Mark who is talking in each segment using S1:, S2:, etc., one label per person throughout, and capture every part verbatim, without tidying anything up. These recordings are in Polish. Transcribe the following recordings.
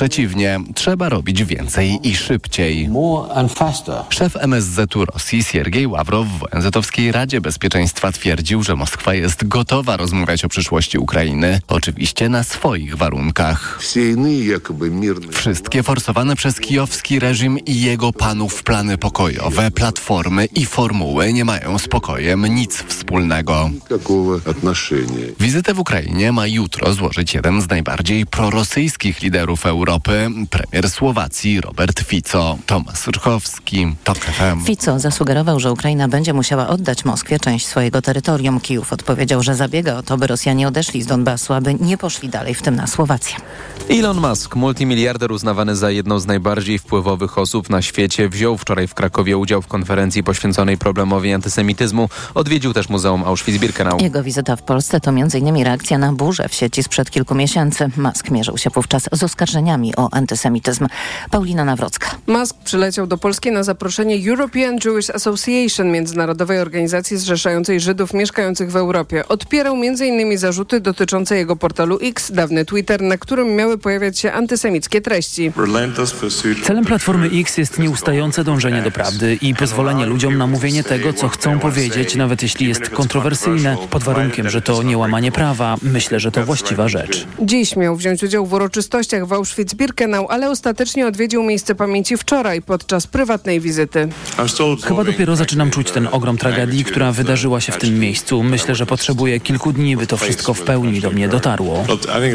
S1: przeciwnie, trzeba robić więcej i szybciej. Szef M S Z u Rosji Siergiej Ławrow w O N Z-owskiej Radzie Bezpieczeństwa twierdził, że Moskwa jest gotowa rozmawiać o przyszłości Ukrainy, oczywiście na swoich warunkach. Wszystkie forsowane przez kijowski reżim i jego panów plany pokojowe, platformy i formuły nie mają z pokojem nic wspólnego. Wizytę w Ukrainie ma jutro złożyć jeden z najbardziej prorosyjskich liderów Europy, premier Słowacji Robert Fico. Tomasz Rchowski, TOK F M.
S2: Fico zasugerował, że Ukraina będzie musiała oddać Moskwie część swojego terytorium. Kijów odpowiedział, że zabiega o to, by Rosjanie odeszli z Donbasu, aby nie poszli dalej, w tym na Słowację.
S3: Elon Musk, multimiliarder uznawany za jedną z najbardziej wpływowych osób na świecie, wziął wczoraj w Krakowie udział w konferencji poświęconej problemowi antysemityzmu. Odwiedził też Muzeum Auschwitz-Birkenau.
S2: Jego wizyta w Polsce to m.in. reakcja na burzę w sieci sprzed kilku miesięcy. Musk mierzył się wówczas z oskarżeniami o antysemityzm. Paulina Nawrocka.
S4: Musk przyleciał do Polski na zaproszenie European Jewish Association, międzynarodowej organizacji zrzeszającej Żydów mieszkających w Europie. Odpierał m.in. zarzuty dotyczące jego portalu X, dawny Twitter, na którym miały pojawiać się antysemickie treści.
S5: Celem Platformy X jest nieustające dążenie do prawdy i pozwolenie ludziom na mówienie tego, co chcą powiedzieć, nawet jeśli jest kontrowersyjne, pod warunkiem, że to nie łamanie prawa. Myślę, że to właściwa rzecz.
S4: Dziś miał wziąć udział w uroczystościach w Auschwitz-Birkenau, ale ostatecznie odwiedził miejsce pamięci wczoraj podczas prywatnej wizyty.
S5: Chyba dopiero zaczynam czuć ten ogrom tragedii, która wydarzyła się w tym miejscu. Myślę, że potrzebuję kilku dni, by to wszystko w pełni do mnie dotarło.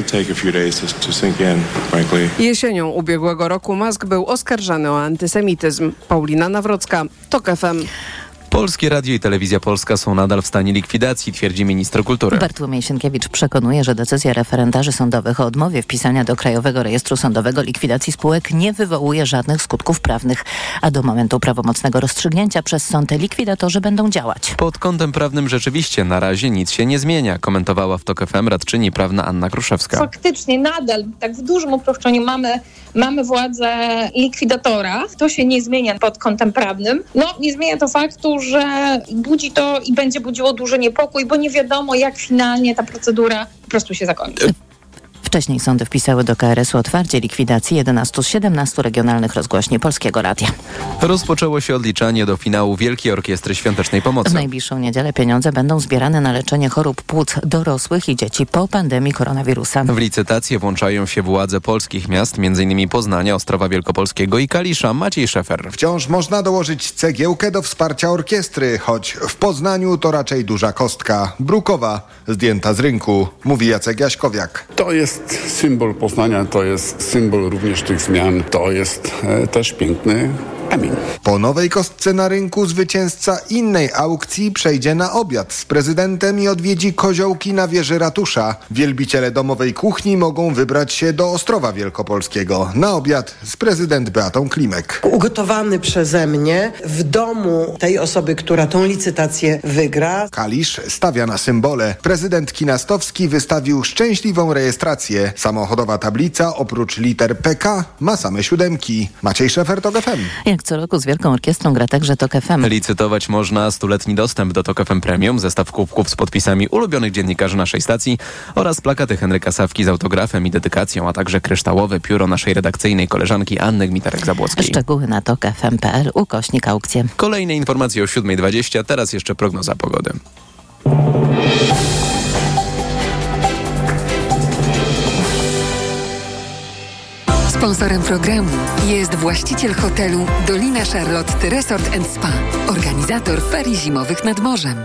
S4: Jesienią ubiegłego roku Musk był oskarżany o antysemityzm. Paulina Nawrocka, TOK F M.
S3: Polskie Radio i Telewizja Polska są nadal w stanie likwidacji, twierdzi minister kultury.
S2: Bartłomiej Sienkiewicz przekonuje, że decyzja referendarzy sądowych o odmowie wpisania do Krajowego Rejestru Sądowego likwidacji spółek nie wywołuje żadnych skutków prawnych, a do momentu prawomocnego rozstrzygnięcia przez sąd likwidatorzy będą działać.
S3: Pod kątem prawnym rzeczywiście na razie nic się nie zmienia, komentowała w TOK F M radczyni prawna Anna Kruszewska.
S6: Faktycznie nadal, tak w dużym uproszczeniu, mamy, mamy władzę likwidatora. To się nie zmienia pod kątem prawnym. No, nie zmienia to faktu, że budzi to i będzie budziło duży niepokój, bo nie wiadomo, jak finalnie ta procedura po prostu się zakończy.
S2: Wcześniej sądy wpisały do K R S u otwarcie likwidacji jedenastu z siedemnastu regionalnych rozgłośni Polskiego Radia.
S3: Rozpoczęło się odliczanie do finału Wielkiej Orkiestry Świątecznej Pomocy.
S2: W najbliższą niedzielę pieniądze będą zbierane na leczenie chorób płuc dorosłych i dzieci po pandemii koronawirusa.
S3: W licytację włączają się władze polskich miast, m.in. Poznania, Ostrowa Wielkopolskiego i Kalisza. Maciej Szefer.
S7: Wciąż można dołożyć cegiełkę do wsparcia orkiestry, choć w Poznaniu to raczej duża kostka. Brukowa, zdjęta z rynku, mówi Jacek Jaśkowiak.
S8: To jest symbol Poznania, to jest symbol również tych zmian, to jest e, też piękny kamień.
S7: Po nowej kostce na rynku zwycięzca innej aukcji przejdzie na obiad z prezydentem i odwiedzi koziołki na wieży ratusza. Wielbiciele domowej kuchni mogą wybrać się do Ostrowa Wielkopolskiego na obiad z prezydent Beatą Klimek.
S9: Ugotowany przeze mnie w domu tej osoby, która tą licytację wygra.
S7: Kalisz stawia na symbole. Prezydent Kinastowski wystawił szczęśliwą rejestrację. Samochodowa tablica oprócz liter P K ma same siódemki. Maciej Szefer, TOK F M.
S2: Jak co roku z Wielką Orkiestrą gra także TOK F M.
S3: Licytować można stuletni dostęp do TOK F M Premium, zestaw kubków z podpisami ulubionych dziennikarzy naszej stacji oraz plakaty Henryka Sawki z autografem i dedykacją, a także kryształowe pióro naszej redakcyjnej koleżanki Anny Gmiterek-Zabłockiej.
S2: Szczegóły na tok f m kropka p l ukośnik aukcje.
S3: Kolejne informacje o siódma dwadzieścia, teraz jeszcze prognoza pogody.
S10: Sponsorem programu jest właściciel hotelu Dolina Charlotte Resort and Spa, organizator ferii zimowych nad morzem.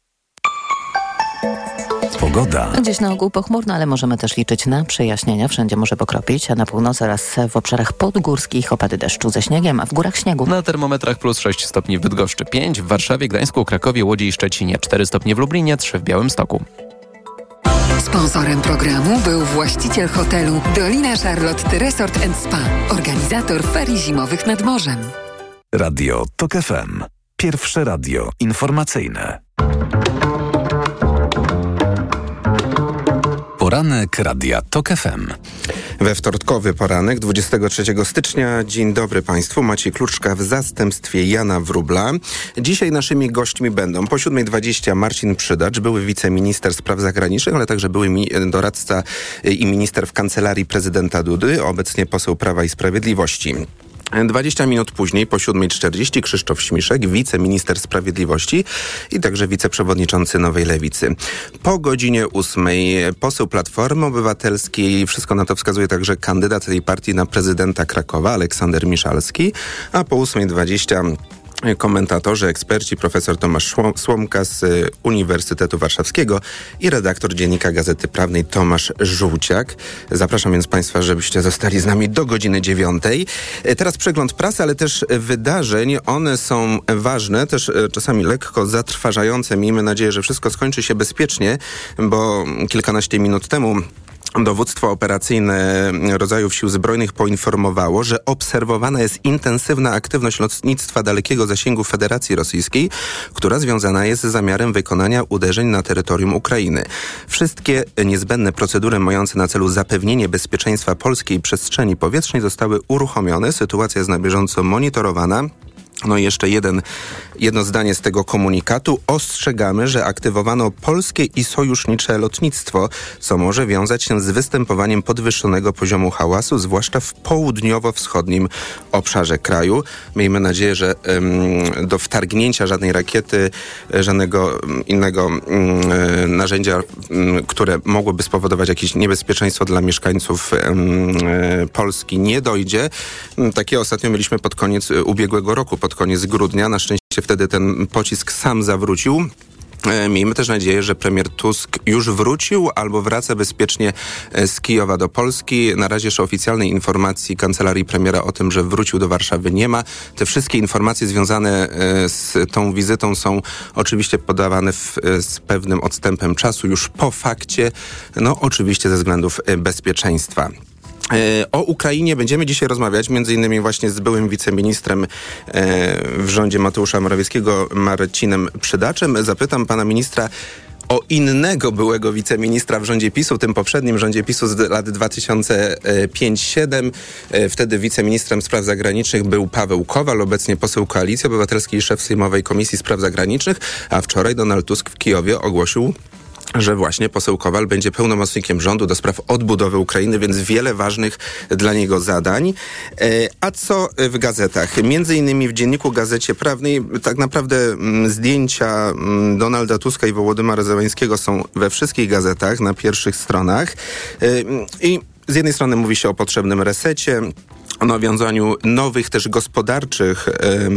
S11: Pogoda.
S2: Dziś na ogół pochmurno, ale możemy też liczyć na przejaśnienia. Wszędzie może pokropić, a na północy oraz w obszarach podgórskich opady deszczu ze śniegiem, a w górach śniegu.
S3: Na termometrach plus sześć stopni w Bydgoszczy, pięć w Warszawie, Gdańsku, Krakowie, Łodzi i Szczecinie, cztery stopnie w Lublinie, trzy w Białymstoku.
S10: Sponsorem programu był właściciel hotelu Dolina Charlotte Resort and Spa, organizator ferii zimowych nad morzem.
S11: Radio TOK F M. Pierwsze radio informacyjne. Poranek Radia Tok F M.
S12: We wtortkowy poranek, dwudziestego trzeciego stycznia. Dzień dobry Państwu. Maciej Kluczka w zastępstwie Jana Wróbla. Dzisiaj naszymi gośćmi będą po siódma dwadzieścia Marcin Przydacz, były wiceminister spraw zagranicznych, ale także były mi- doradca i minister w kancelarii prezydenta Dudy, obecnie poseł Prawa i Sprawiedliwości. dwadzieścia minut później, po siódma czterdzieści, Krzysztof Śmiszek, wiceminister sprawiedliwości i także wiceprzewodniczący Nowej Lewicy. Po godzinie ósmej poseł Platformy Obywatelskiej, wszystko na to wskazuje także kandydat tej partii na prezydenta Krakowa, Aleksander Miszalski, a po ósma dwadzieścia komentatorzy, eksperci, profesor Tomasz Słomka z Uniwersytetu Warszawskiego i redaktor Dziennika Gazety Prawnej Tomasz Żółciak. Zapraszam więc Państwa, żebyście zostali z nami do godziny dziewiątej. Teraz przegląd prasy, ale też wydarzeń. One są ważne, też czasami lekko zatrważające. Miejmy nadzieję, że wszystko skończy się bezpiecznie, bo kilkanaście minut temu Dowództwo operacyjne rodzajów sił zbrojnych poinformowało, że obserwowana jest intensywna aktywność lotnictwa dalekiego zasięgu Federacji Rosyjskiej, która związana jest z zamiarem wykonania uderzeń na terytorium Ukrainy. Wszystkie niezbędne procedury mające na celu zapewnienie bezpieczeństwa polskiej przestrzeni powietrznej zostały uruchomione. Sytuacja jest na bieżąco monitorowana. No i jeszcze jeden, jedno zdanie z tego komunikatu. Ostrzegamy, że aktywowano polskie i sojusznicze lotnictwo, co może wiązać się z występowaniem podwyższonego poziomu hałasu, zwłaszcza w południowo-wschodnim obszarze kraju. Miejmy nadzieję, że um, do wtargnięcia żadnej rakiety, żadnego innego um, narzędzia, um, które mogłoby spowodować jakieś niebezpieczeństwo dla mieszkańców um, Polski, nie dojdzie. Um, takie ostatnio mieliśmy pod koniec ubiegłego roku, pod koniec grudnia. Na szczęście wtedy ten pocisk sam zawrócił. Miejmy też nadzieję, że premier Tusk już wrócił albo wraca bezpiecznie z Kijowa do Polski. Na razie jeszcze oficjalnej informacji kancelarii premiera o tym, że wrócił do Warszawy, nie ma. Te wszystkie informacje związane z tą wizytą są oczywiście podawane w, z pewnym odstępem czasu, już po fakcie, no oczywiście ze względów bezpieczeństwa. O Ukrainie będziemy dzisiaj rozmawiać między innymi właśnie z byłym wiceministrem w rządzie Mateusza Morawieckiego, Marcinem Przydaczem. Zapytam pana ministra o innego byłego wiceministra w rządzie PiSu, tym poprzednim rządzie PiSu z lat dwa tysiące piąty do dwa tysiące siódmego. Wtedy wiceministrem spraw zagranicznych był Paweł Kowal, obecnie poseł Koalicji Obywatelskiej i szef Sejmowej Komisji Spraw Zagranicznych, a wczoraj Donald Tusk w Kijowie ogłosił, że właśnie poseł Kowal będzie pełnomocnikiem rządu do spraw odbudowy Ukrainy, więc wiele ważnych dla niego zadań. A co w gazetach? Między innymi w Dzienniku Gazecie Prawnej tak naprawdę zdjęcia Donalda Tuska i Wołodymyra Zełańskiego są we wszystkich gazetach, na pierwszych stronach. I z jednej strony mówi się o potrzebnym resecie, o nawiązaniu nowych też gospodarczych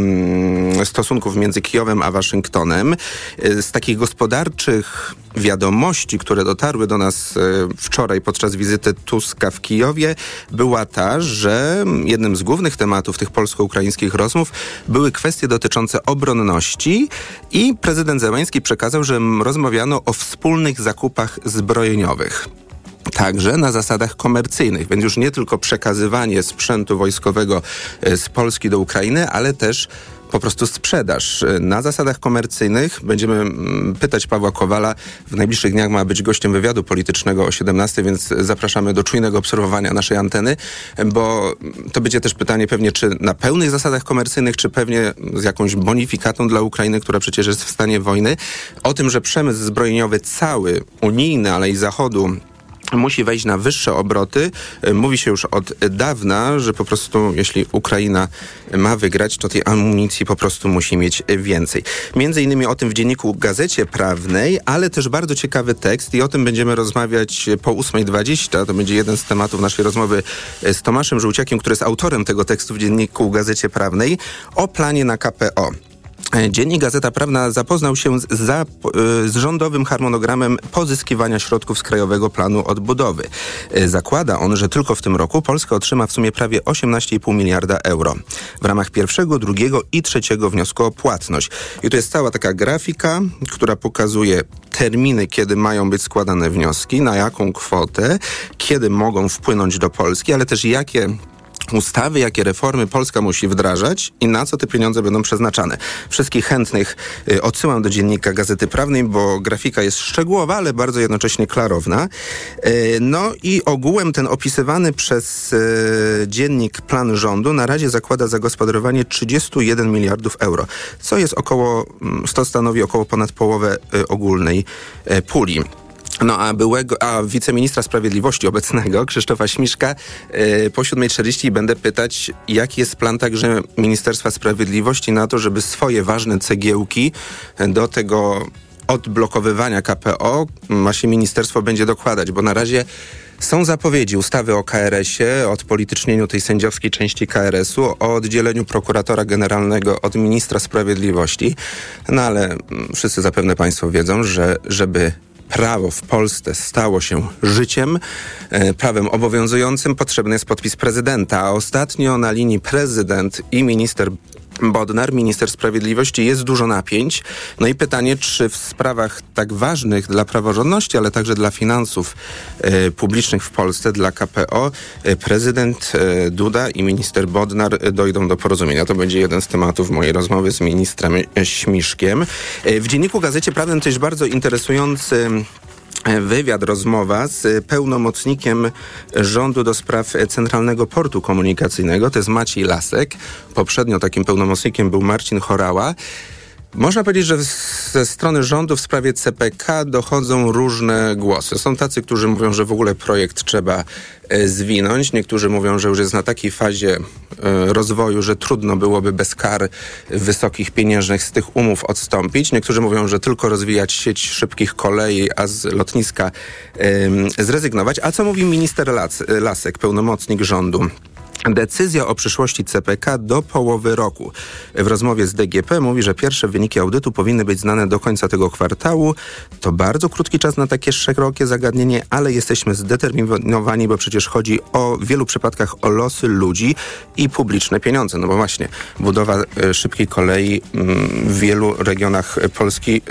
S12: um, stosunków między Kijowem a Waszyngtonem. Z takich gospodarczych wiadomości, które dotarły do nas e, wczoraj podczas wizyty Tuska w Kijowie, była ta, że jednym z głównych tematów tych polsko-ukraińskich rozmów były kwestie dotyczące obronności i prezydent Zełański przekazał, że rozmawiano o wspólnych zakupach zbrojeniowych. Także na zasadach komercyjnych, więc już nie tylko przekazywanie sprzętu wojskowego z Polski do Ukrainy, ale też po prostu sprzedaż. Na zasadach komercyjnych będziemy pytać Pawła Kowala. W najbliższych dniach ma być gościem wywiadu politycznego o siedemnastej, więc zapraszamy do czujnego obserwowania naszej anteny, bo to będzie też pytanie pewnie, czy na pełnych zasadach komercyjnych, czy pewnie z jakąś bonifikatą dla Ukrainy, która przecież jest w stanie wojny. O tym, że przemysł zbrojeniowy cały, unijny, ale i Zachodu, musi wejść na wyższe obroty. Mówi się już od dawna, że po prostu jeśli Ukraina ma wygrać, to tej amunicji po prostu musi mieć więcej. Między innymi o tym w Dzienniku Gazecie Prawnej, ale też bardzo ciekawy tekst i o tym będziemy rozmawiać po ósma dwadzieścia. To będzie jeden z tematów naszej rozmowy z Tomaszem Żółciakiem, który jest autorem tego tekstu w Dzienniku Gazecie Prawnej, o planie na K P O. Dziennik Gazeta Prawna zapoznał się z, za, z rządowym harmonogramem pozyskiwania środków z Krajowego Planu Odbudowy. Zakłada on, że tylko w tym roku Polska otrzyma w sumie prawie osiemnaście i pół miliarda euro w ramach pierwszego, drugiego i trzeciego wniosku o płatność. I to jest cała taka grafika, która pokazuje terminy, kiedy mają być składane wnioski, na jaką kwotę, kiedy mogą wpłynąć do Polski, ale też jakie ustawy, jakie reformy Polska musi wdrażać i na co te pieniądze będą przeznaczane. Wszystkich chętnych y, odsyłam do dziennika Gazety Prawnej, bo grafika jest szczegółowa, ale bardzo jednocześnie klarowna. Y, no i ogółem ten opisywany przez y, dziennik plan rządu na razie zakłada zagospodarowanie trzydzieści jeden miliardów euro, co jest około, to stanowi około ponad połowę y, ogólnej y, puli. No a byłego, a wiceministra sprawiedliwości obecnego, Krzysztofa Śmiszka, yy, po siódmej czterdzieści będę pytać, jaki jest plan także Ministerstwa Sprawiedliwości na to, żeby swoje ważne cegiełki do tego odblokowywania K P O właśnie ministerstwo będzie dokładać, bo na razie są zapowiedzi ustawy o K R S-ie, o odpolitycznieniu tej sędziowskiej części K R S-u, o oddzieleniu prokuratora generalnego od ministra sprawiedliwości, no ale wszyscy zapewne państwo wiedzą, że żeby prawo w Polsce stało się życiem, e, prawem obowiązującym, potrzebny jest podpis prezydenta, a ostatnio na linii prezydent i minister Bodnar, minister sprawiedliwości, jest dużo napięć. No i pytanie, czy w sprawach tak ważnych dla praworządności, ale także dla finansów e, publicznych w Polsce, dla K P O, e, prezydent e, Duda i minister Bodnar e, dojdą do porozumienia. To będzie jeden z tematów mojej rozmowy z ministrem e, Śmiszkiem. E, w Dzienniku Gazecie Prawnej też bardzo interesujący wywiad, rozmowa z pełnomocnikiem rządu do spraw Centralnego Portu Komunikacyjnego. To jest Maciej Lasek. Poprzednio takim pełnomocnikiem był Marcin Horała. Można powiedzieć, że ze strony rządu w sprawie C P K dochodzą różne głosy. Są tacy, którzy mówią, że w ogóle projekt trzeba e, zwinąć. Niektórzy mówią, że już jest na takiej fazie e, rozwoju, że trudno byłoby bez kar wysokich pieniężnych z tych umów odstąpić. Niektórzy mówią, że tylko rozwijać sieć szybkich kolei, a z lotniska e, zrezygnować. A co mówi minister Las, Lasek, pełnomocnik rządu? Decyzja o przyszłości C P K do połowy roku. W rozmowie z D G P mówi, że pierwsze wyniki audytu powinny być znane do końca tego kwartału. To bardzo krótki czas na takie szerokie zagadnienie, ale jesteśmy zdeterminowani, bo przecież chodzi o w wielu przypadkach o losy ludzi i publiczne pieniądze. No bo właśnie budowa y, szybkiej kolei y, w wielu regionach Polski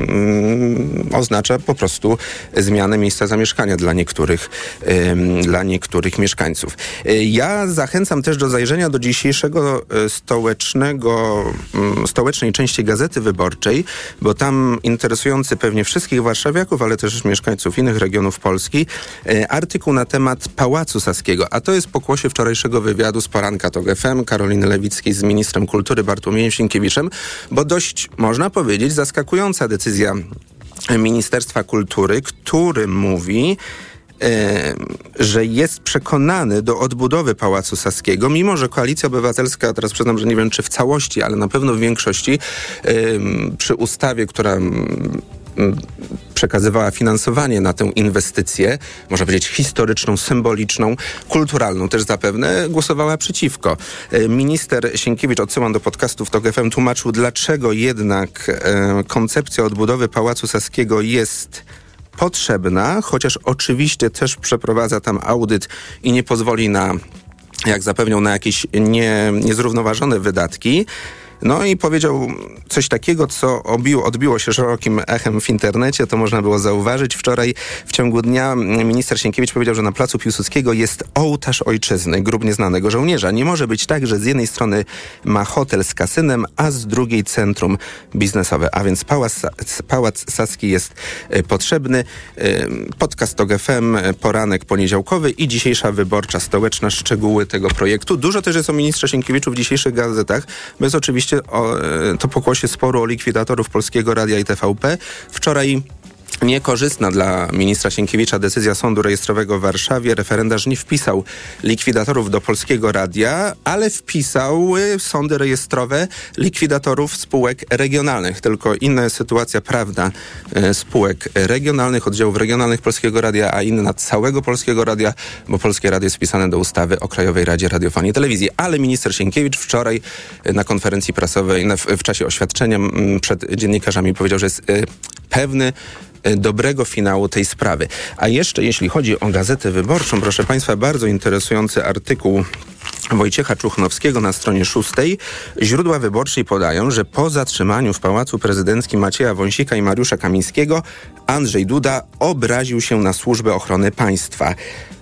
S12: y, oznacza po prostu zmianę miejsca zamieszkania dla niektórych, y, dla niektórych mieszkańców. Y, ja za Zachęcam też do zajrzenia do dzisiejszego stołecznego, stołecznej części Gazety Wyborczej, bo tam interesujący pewnie wszystkich warszawiaków, ale też mieszkańców innych regionów Polski, artykuł na temat Pałacu Saskiego. A to jest pokłosie wczorajszego wywiadu z poranka TOK F M Karoliny Lewickiej z ministrem kultury Bartłomiejem Sienkiewiczem, bo dość, można powiedzieć, zaskakująca decyzja Ministerstwa Kultury, który mówi, że jest przekonany do odbudowy Pałacu Saskiego, mimo że Koalicja Obywatelska, teraz przyznam, że nie wiem czy w całości, ale na pewno w większości, przy ustawie, która przekazywała finansowanie na tę inwestycję, można powiedzieć historyczną, symboliczną, kulturalną też zapewne, głosowała przeciwko. Minister Sienkiewicz, odsyłam do podcastów TOK F M, tłumaczył, dlaczego jednak koncepcja odbudowy Pałacu Saskiego jest potrzebna, chociaż oczywiście też przeprowadza tam audyt i nie pozwoli na, jak zapewnią, na jakieś nie, niezrównoważone wydatki. No i powiedział coś takiego, co obiło, odbiło się szerokim echem w internecie, to można było zauważyć. Wczoraj w ciągu dnia minister Sienkiewicz powiedział, że na placu Piłsudskiego jest ołtarz ojczyzny, grób nieznanego żołnierza. Nie może być tak, że z jednej strony ma hotel z kasynem, a z drugiej centrum biznesowe. A więc Pałac, Pałac Saski jest y, potrzebny. Y, podcast TOK F M, poranek poniedziałkowy i dzisiejsza wyborcza stołeczna, szczegóły tego projektu. Dużo też jest o ministrze Sienkiewiczu w dzisiejszych gazetach, bez oczywiście O, to pokłosie sporu o likwidatorów Polskiego Radia i T V P. Wczoraj niekorzystna dla ministra Sienkiewicza decyzja Sądu Rejestrowego w Warszawie. Referendarz nie wpisał likwidatorów do Polskiego Radia, ale wpisał sądy rejestrowe likwidatorów spółek regionalnych. Tylko inna jest sytuacja prawna spółek regionalnych, oddziałów regionalnych Polskiego Radia, a inna całego Polskiego Radia, bo Polskie Radio jest wpisane do ustawy o Krajowej Radzie Radiofonii i Telewizji. Ale minister Sienkiewicz wczoraj na konferencji prasowej, w czasie oświadczenia przed dziennikarzami powiedział, że jest pewny dobrego finału tej sprawy. A jeszcze jeśli chodzi o Gazetę Wyborczą, proszę Państwa, bardzo interesujący artykuł Wojciecha Czuchnowskiego na stronie szóstej. Źródła wyborczej podają, że po zatrzymaniu w Pałacu Prezydenckim Macieja Wąsika i Mariusza Kamińskiego Andrzej Duda obraził się na Służbę Ochrony Państwa.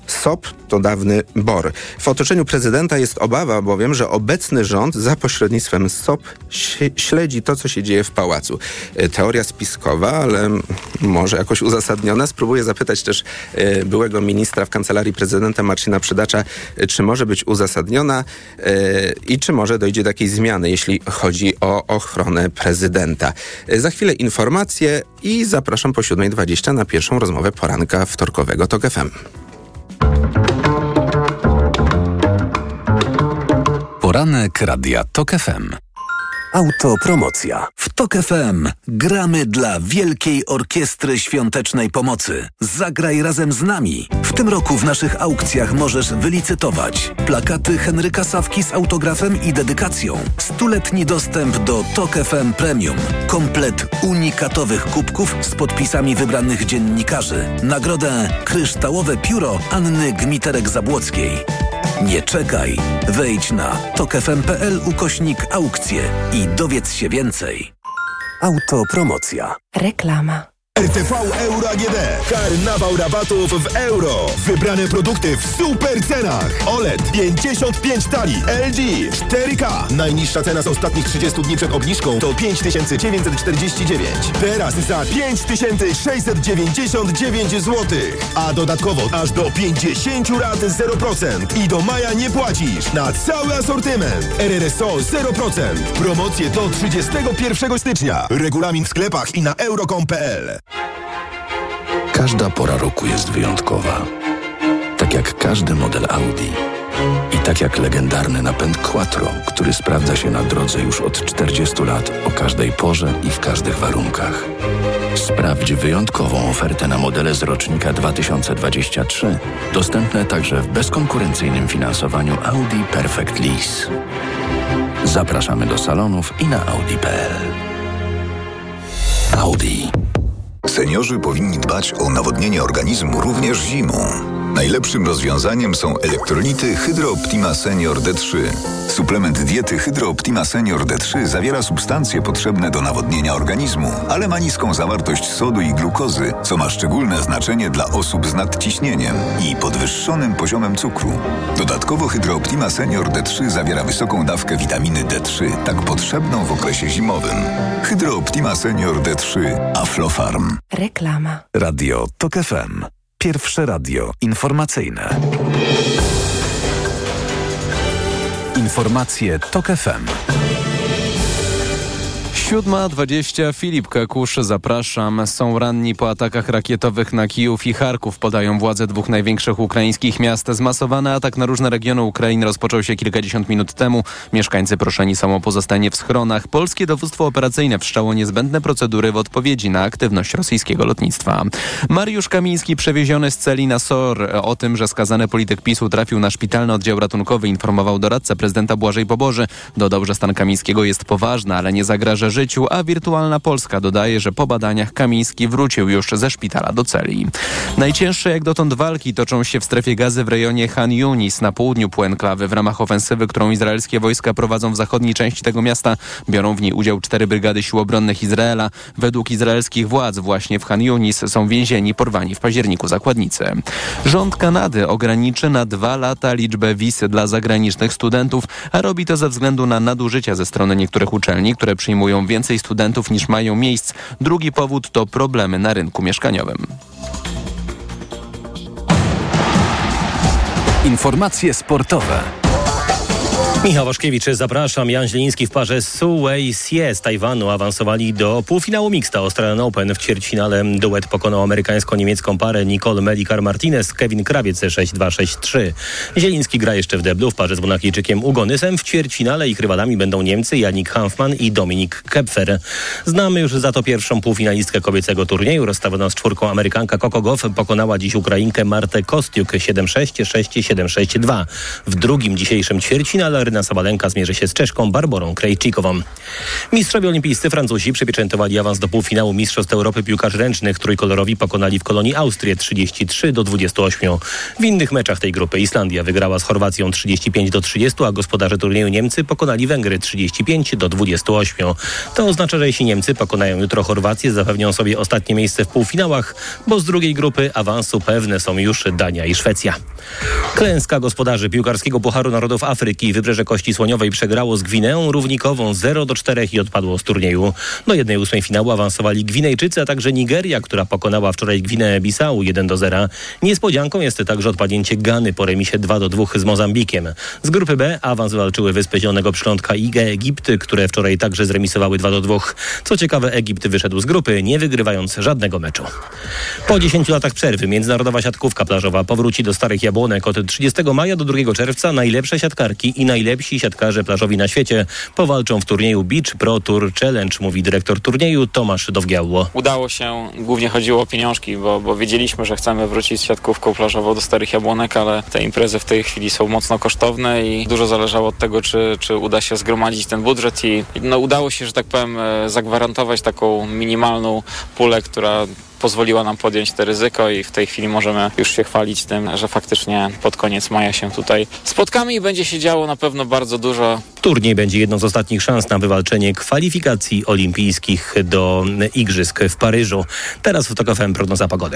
S12: S O P to dawny B O R. W otoczeniu prezydenta jest obawa bowiem, że obecny rząd za pośrednictwem S O P śledzi to, co się dzieje w pałacu. Teoria spiskowa, ale może jakoś uzasadniona. Spróbuję zapytać też byłego ministra w kancelarii prezydenta Marcina Przydacza, czy może być uzasadniona i czy może dojdzie do jakiejś zmiany, jeśli chodzi o ochronę prezydenta. Za chwilę informacje i zapraszam po siódma dwadzieścia na pierwszą rozmowę poranka wtorkowego TOK F M.
S11: Poranek Radia TOK F M. Autopromocja. W TOK F M gramy dla Wielkiej Orkiestry Świątecznej Pomocy. Zagraj razem z nami. W tym roku w naszych aukcjach możesz wylicytować plakaty Henryka Sawki z autografem i dedykacją, stuletni dostęp do TOK F M Premium, komplet unikatowych kubków z podpisami wybranych dziennikarzy, nagrodę Kryształowe Pióro Anny Gmiterek-Zabłockiej. Nie czekaj. Wejdź na tokfm.pl ukośnik aukcje i dowiedz się więcej. Autopromocja.
S13: Reklama. R T V Euro A G D. Karnawał rabatów w euro. Wybrane produkty w super cenach. O L E D pięćdziesiąt pięć tali. L G cztery K. Najniższa cena z ostatnich trzydziestu dni przed obniżką to pięć tysięcy dziewięćset czterdzieści dziewięć. Teraz za pięć tysięcy sześćset dziewięćdziesiąt dziewięć złotych. A dodatkowo aż do pięćdziesiąt rat zero procent. I do maja nie płacisz na cały asortyment. R R S O zero procent. Promocje do trzydziestego pierwszego stycznia. Regulamin w sklepach i na euro kropka com kropka p l.
S11: Każda pora roku jest wyjątkowa. Tak jak każdy model Audi. I tak jak legendarny napęd Quattro, który sprawdza się na drodze już od czterdziestu lat o każdej porze i w każdych warunkach. Sprawdź wyjątkową ofertę na modele z rocznika dwa tysiące dwudziestego trzeciego, dostępne także w bezkonkurencyjnym finansowaniu Audi Perfect Lease. Zapraszamy do salonów i na audi kropka p l. Audi.
S14: Seniorzy powinni dbać o nawodnienie organizmu również zimą. Najlepszym rozwiązaniem są elektrolity Hydro Optima Senior D trzy. Suplement diety Hydro Optima Senior D trzy zawiera substancje potrzebne do nawodnienia organizmu, ale ma niską zawartość sodu i glukozy, co ma szczególne znaczenie dla osób z nadciśnieniem i podwyższonym poziomem cukru. Dodatkowo Hydro Optima Senior D trzy zawiera wysoką dawkę witaminy D trzy, tak potrzebną w okresie zimowym. Hydro Optima Senior D trzy Aflofarm.
S13: Reklama.
S11: Radio TOK F M. Pierwsze radio informacyjne. Informacje TOK F M.
S3: siódma dwadzieścia. Filip Kakusz, zapraszam. Są ranni po atakach rakietowych na Kijów i Charków, podają władze dwóch największych ukraińskich miast. Zmasowany atak na różne regiony Ukrainy rozpoczął się kilkadziesiąt minut temu. Mieszkańcy proszeni są o pozostanie w schronach. Polskie dowództwo operacyjne wszczęło niezbędne procedury w odpowiedzi na aktywność rosyjskiego lotnictwa. Mariusz Kamiński przewieziony z celi na S O R. O tym, że skazany polityk PiSu trafił na szpitalny oddział ratunkowy, informował doradca prezydenta Błażej Poboży. Dodał, że stan Kamińskiego jest poważny, ale nie zagraża życiu, a Wirtualna Polska dodaje, że po badaniach Kamiński wrócił już ze szpitala do celi. Najcięższe jak dotąd walki toczą się w strefie gazy w rejonie Chan Yunis na południu półenklawy. W ramach ofensywy, którą izraelskie wojska prowadzą w zachodniej części tego miasta, biorą w niej udział cztery brygady sił obronnych Izraela. Według izraelskich władz właśnie w Chan Yunis są więzieni porwani w październiku zakładnicy. Rząd Kanady ograniczy na dwa lata liczbę wiz dla zagranicznych studentów, a robi to ze względu na nadużycia ze strony niektórych uczelni, które przyjmują więcej studentów niż mają miejsc. Drugi powód to problemy na rynku mieszkaniowym.
S11: Informacje sportowe.
S15: Michał Waszkiewicz, zapraszam. Jan Zieliński w parze Su Wei-sie z Tajwanu awansowali do półfinału mixta Australian Open. W ćwierćfinale duet pokonał amerykańsko-niemiecką parę Nicole Melikar-Martinez, Kevin Krawiec sześć dwa sześć trzy. Zieliński gra jeszcze w deblu w parze z Monachijczykiem Ugonysem. W ćwierćfinale ich rywalami będą Niemcy Janik Hanfmann i Dominik Kepfer. Znamy już za to pierwszą półfinalistkę kobiecego turnieju. Rozstawiona z czwórką Amerykanka Coco Gauff pokonała dziś Ukrainkę Martę Kostiuk siedem sześć sześć siedem sześć dwa. W drugim dzisiejszym ćwierćfinale Aryna Sabalenka zmierzy się z Czeszką Barborą Krejčíkovą. Mistrzowie olimpijscy Francuzi przypieczętowali awans do półfinału Mistrzostw Europy piłkarzy ręcznych. Trójkolorowi pokonali w Kolonii Austrię trzydzieści trzy do dwudziestu ośmiu. W innych meczach tej grupy Islandia wygrała z Chorwacją trzydzieści pięć do trzydziestu, a gospodarze turnieju Niemcy pokonali Węgry trzydzieści pięć do dwudziestu ośmiu. To oznacza, że jeśli Niemcy pokonają jutro Chorwację, zapewnią sobie ostatnie miejsce w półfinałach, bo z drugiej grupy awansu pewne są już Dania i Szwecja. Klęska gospodarzy piłkarskiego Pucharu Narodów Afryki. Wybrzeże Kości Słoniowej przegrało z Gwineą równikową zero do czterech i odpadło z turnieju. Do jednej ósmej finału awansowali Gwinejczycy, a także Nigeria, która pokonała wczoraj Gwineę Bissau jeden do zera. Niespodzianką jest także odpadnięcie Gany po remisie dwa do dwóch z Mozambikiem. Z grupy B awans walczyły Wyspy Zielonego Przylądka i Egipt, które wczoraj także zremisowały dwa do dwóch. Co ciekawe, Egipt wyszedł z grupy, nie wygrywając żadnego meczu. Po dziesięciu latach przerwy międzynarodowa siatkówka plażowa powróci do Starych Jabłonek. Od trzydziestego maja do drugiego czerwca najlepsze siatkarki i najlepsi siatkarze plażowi na świecie powalczą w turnieju Beach Pro Tour Challenge, mówi dyrektor turnieju Tomasz Dowgiało.
S16: Udało się, głównie chodziło o pieniążki, bo, bo wiedzieliśmy, że chcemy wrócić z siatkówką plażową do Starych Jabłonek, ale te imprezy w tej chwili są mocno kosztowne i dużo zależało od tego, czy, czy uda się zgromadzić ten budżet i no, udało się, że tak powiem, zagwarantować taką minimalną pulę, która pozwoliła nam podjąć to ryzyko i w tej chwili możemy już się chwalić tym, że faktycznie pod koniec maja się tutaj spotkamy i będzie się działo na pewno bardzo dużo.
S15: Turniej będzie jedną z ostatnich szans na wywalczenie kwalifikacji olimpijskich do Igrzysk w Paryżu. Teraz w Tok F M prognoza pogody.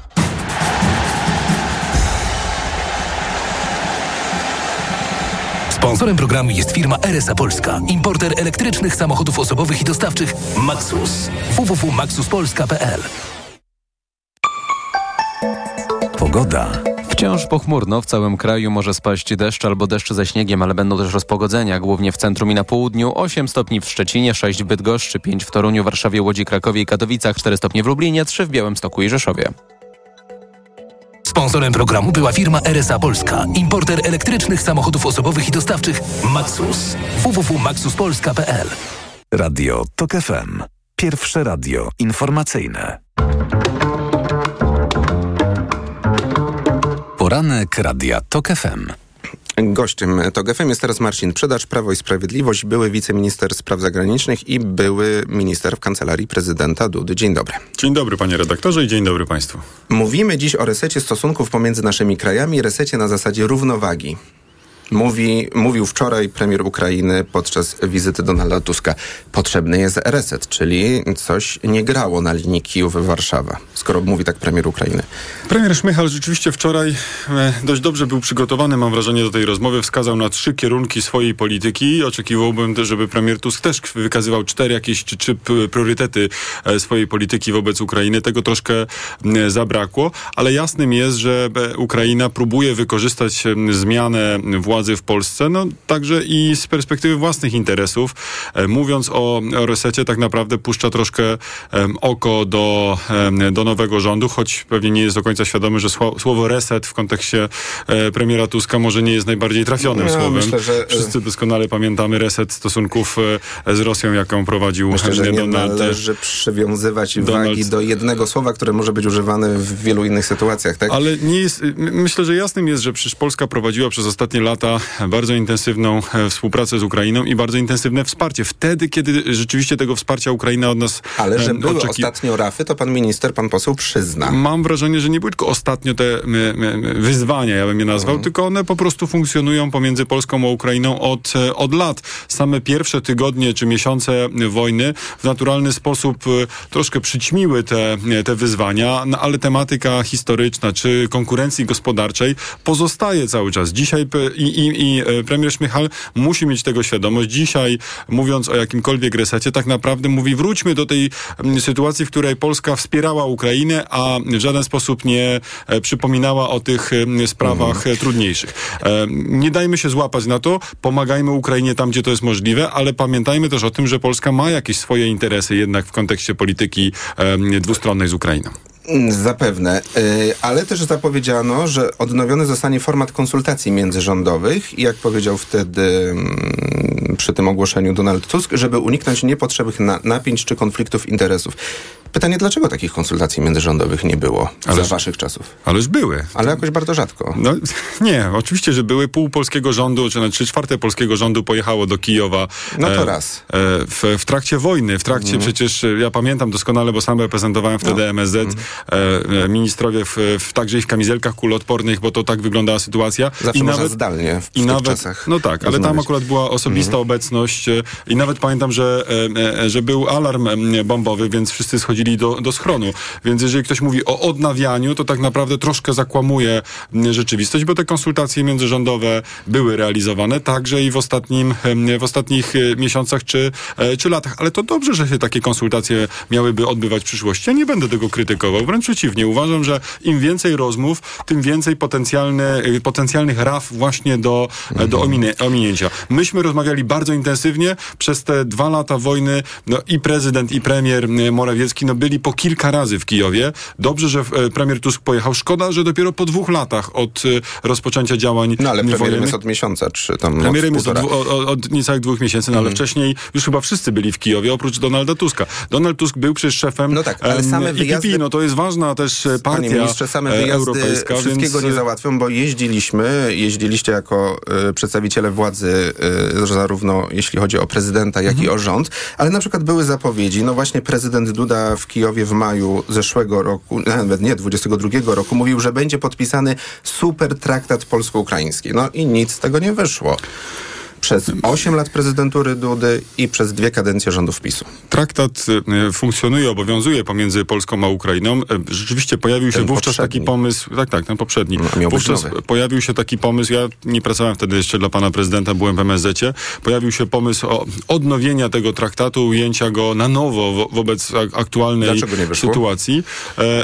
S11: Sponsorem programu jest firma R S A Polska, importer elektrycznych samochodów osobowych i dostawczych Maxus. w w w kropka maxus polska kropka p l. Pogoda.
S3: Wciąż pochmurno, w całym kraju może spaść deszcz albo deszcz ze śniegiem, ale będą też rozpogodzenia, głównie w centrum i na południu. osiem stopni w Szczecinie, sześć w Bydgoszczy, pięć w Toruniu, Warszawie, Łodzi, Krakowie i Katowicach, cztery stopnie w Lublinie, trzy w Białymstoku i Rzeszowie.
S11: Sponsorem programu była firma R S A Polska, importer elektrycznych samochodów osobowych i dostawczych Maxus. w w w kropka maxus polska kropka p l. Radio Tok F M. Pierwsze radio informacyjne. Poranek Radia Tok F M.
S12: Gościem Tok F M jest teraz Marcin Przydacz, Prawo i Sprawiedliwość, były wiceminister spraw zagranicznych i były minister w Kancelarii Prezydenta Dudy. Dzień dobry.
S17: Dzień dobry, panie redaktorze, i dzień dobry państwu.
S12: Mówimy dziś o resecie stosunków pomiędzy naszymi krajami, resecie na zasadzie równowagi. Mówi, mówił wczoraj premier Ukrainy podczas wizyty Donalda Tuska. Potrzebny jest reset, czyli coś nie grało na linii Kijów-Warszawa, skoro mówi tak premier Ukrainy.
S17: Premier Szmychal rzeczywiście wczoraj dość dobrze był przygotowany, mam wrażenie, do tej rozmowy. Wskazał na trzy kierunki swojej polityki. Oczekiwałbym też, żeby premier Tusk też wykazywał cztery jakieś czy trzy priorytety swojej polityki wobec Ukrainy. Tego troszkę zabrakło, ale jasnym jest, że Ukraina próbuje wykorzystać zmianę władzy w Polsce, no także i z perspektywy własnych interesów. E, mówiąc o, o resecie, tak naprawdę puszcza troszkę e, oko do, e, do nowego rządu, choć pewnie nie jest do końca świadomy, że sło, słowo reset w kontekście e, premiera Tuska może nie jest najbardziej trafionym no, słowem. Myślę, że... Wszyscy doskonale pamiętamy reset stosunków e, z Rosją, jaką prowadził
S12: myślę, że nie
S17: Donald.
S12: należy przywiązywać
S17: Donald...
S12: wagi do jednego słowa, które może być używane w wielu innych sytuacjach, tak?
S17: Ale nie jest, myślę, że jasnym jest, że przecież Polska prowadziła przez ostatnie lata bardzo intensywną współpracę z Ukrainą i bardzo intensywne wsparcie. Wtedy, kiedy rzeczywiście tego wsparcia Ukraina od nas
S12: Ale że były
S17: oczeki...
S12: ostatnio rafy, to pan minister, pan poseł przyzna.
S17: Mam wrażenie, że nie były tylko ostatnio te my, my, wyzwania, ja bym je nazwał, mm. tylko one po prostu funkcjonują pomiędzy Polską a Ukrainą od, od lat. Same pierwsze tygodnie czy miesiące wojny w naturalny sposób troszkę przyćmiły te, te wyzwania, no, ale tematyka historyczna czy konkurencji gospodarczej pozostaje cały czas. Dzisiaj i, i, i premier Szmychal musi mieć tego świadomość. Dzisiaj, mówiąc o jakimkolwiek resecie, tak naprawdę mówi, wróćmy do tej sytuacji, w której Polska wspierała Ukrainę, a w żaden sposób nie przypominała o tych sprawach mhm. trudniejszych. Nie dajmy się złapać na to, pomagajmy Ukrainie tam, gdzie to jest możliwe, ale pamiętajmy też o tym, że Polska ma jakieś swoje interesy jednak w kontekście polityki dwustronnej z Ukrainą.
S12: Zapewne, ale też zapowiedziano, że odnowiony zostanie format konsultacji międzyrządowych i jak powiedział wtedy przy tym ogłoszeniu Donald Tusk, żeby uniknąć niepotrzebnych na, napięć czy konfliktów interesów. Pytanie, dlaczego takich konsultacji międzyrządowych nie było
S17: Ależ,
S12: za waszych czasów?
S17: Ależ były.
S12: Ale jakoś bardzo rzadko.
S17: No, nie, oczywiście, że były. Pół polskiego rządu, czy trzy czwarte polskiego rządu pojechało do Kijowa.
S12: No to e, raz.
S17: E, w, w trakcie wojny, w trakcie mm. przecież, ja pamiętam doskonale, bo sam reprezentowałem wtedy no. M S Z, mm. e, ministrowie w, w, także i w kamizelkach kuloodpornych, bo to tak wyglądała sytuacja.
S12: Zawsze
S17: I
S12: można
S17: nawet,
S12: zdalnie w
S17: i
S12: tych
S17: nawet,
S12: czasach.
S17: No tak, ale tam akurat była osobista mm. obecność e, i nawet pamiętam, że, e, że był alarm bombowy, więc wszyscy schodzili do, do schronu. Więc jeżeli ktoś mówi o odnawianiu, to tak naprawdę troszkę zakłamuje rzeczywistość, bo te konsultacje międzyrządowe były realizowane także i w, ostatnim, w ostatnich miesiącach czy, czy latach. Ale to dobrze, że się takie konsultacje miałyby odbywać w przyszłości. Ja nie będę tego krytykował. Wręcz przeciwnie. Uważam, że im więcej rozmów, tym więcej potencjalne, potencjalnych raf właśnie do, mhm. do ominie, ominięcia. Myśmy rozmawiali bardzo intensywnie przez te dwa lata wojny. No, i prezydent, i premier Morawiecki no, byli po kilka razy w Kijowie. Dobrze, że premier Tusk pojechał. Szkoda, że dopiero po dwóch latach od rozpoczęcia działań
S12: No ale premierem
S17: wojennych.
S12: jest od miesiąca, czy tam
S17: Premierem
S12: od
S17: jest od, od, od niecałych dwóch miesięcy, no ale mm. wcześniej już chyba wszyscy byli w Kijowie, oprócz Donalda Tuska. Donald Tusk był przecież szefem
S12: no tak, ale same wyjazdy,
S17: E P P, no to jest ważna też partia Panie ministrze,
S12: same wyjazdy
S17: europejska.
S12: wszystkiego
S17: więc...
S12: nie załatwią, bo jeździliśmy, jeździliście jako y, przedstawiciele władzy, y, zarówno jeśli chodzi o prezydenta, jak mm. i o rząd, ale na przykład były zapowiedzi, no właśnie prezydent Duda w Kijowie w maju zeszłego roku, nawet nie, dwudziestego drugiego roku, mówił, że będzie podpisany super traktat polsko-ukraiński. No i nic z tego nie wyszło. Przez osiem lat prezydentury Dudy i przez dwie kadencje rządów PiSu.
S17: Traktat y, funkcjonuje, obowiązuje pomiędzy Polską a Ukrainą. Y, rzeczywiście pojawił się ten wówczas poprzedni. taki pomysł, tak, tak, ten poprzedni.
S12: No,
S17: wówczas pojawił się taki pomysł, ja nie pracowałem wtedy jeszcze dla pana prezydenta, byłem w M S Z-cie, pojawił się pomysł o odnowienia tego traktatu, ujęcia go na nowo wo, wobec aktualnej sytuacji. E, e, e,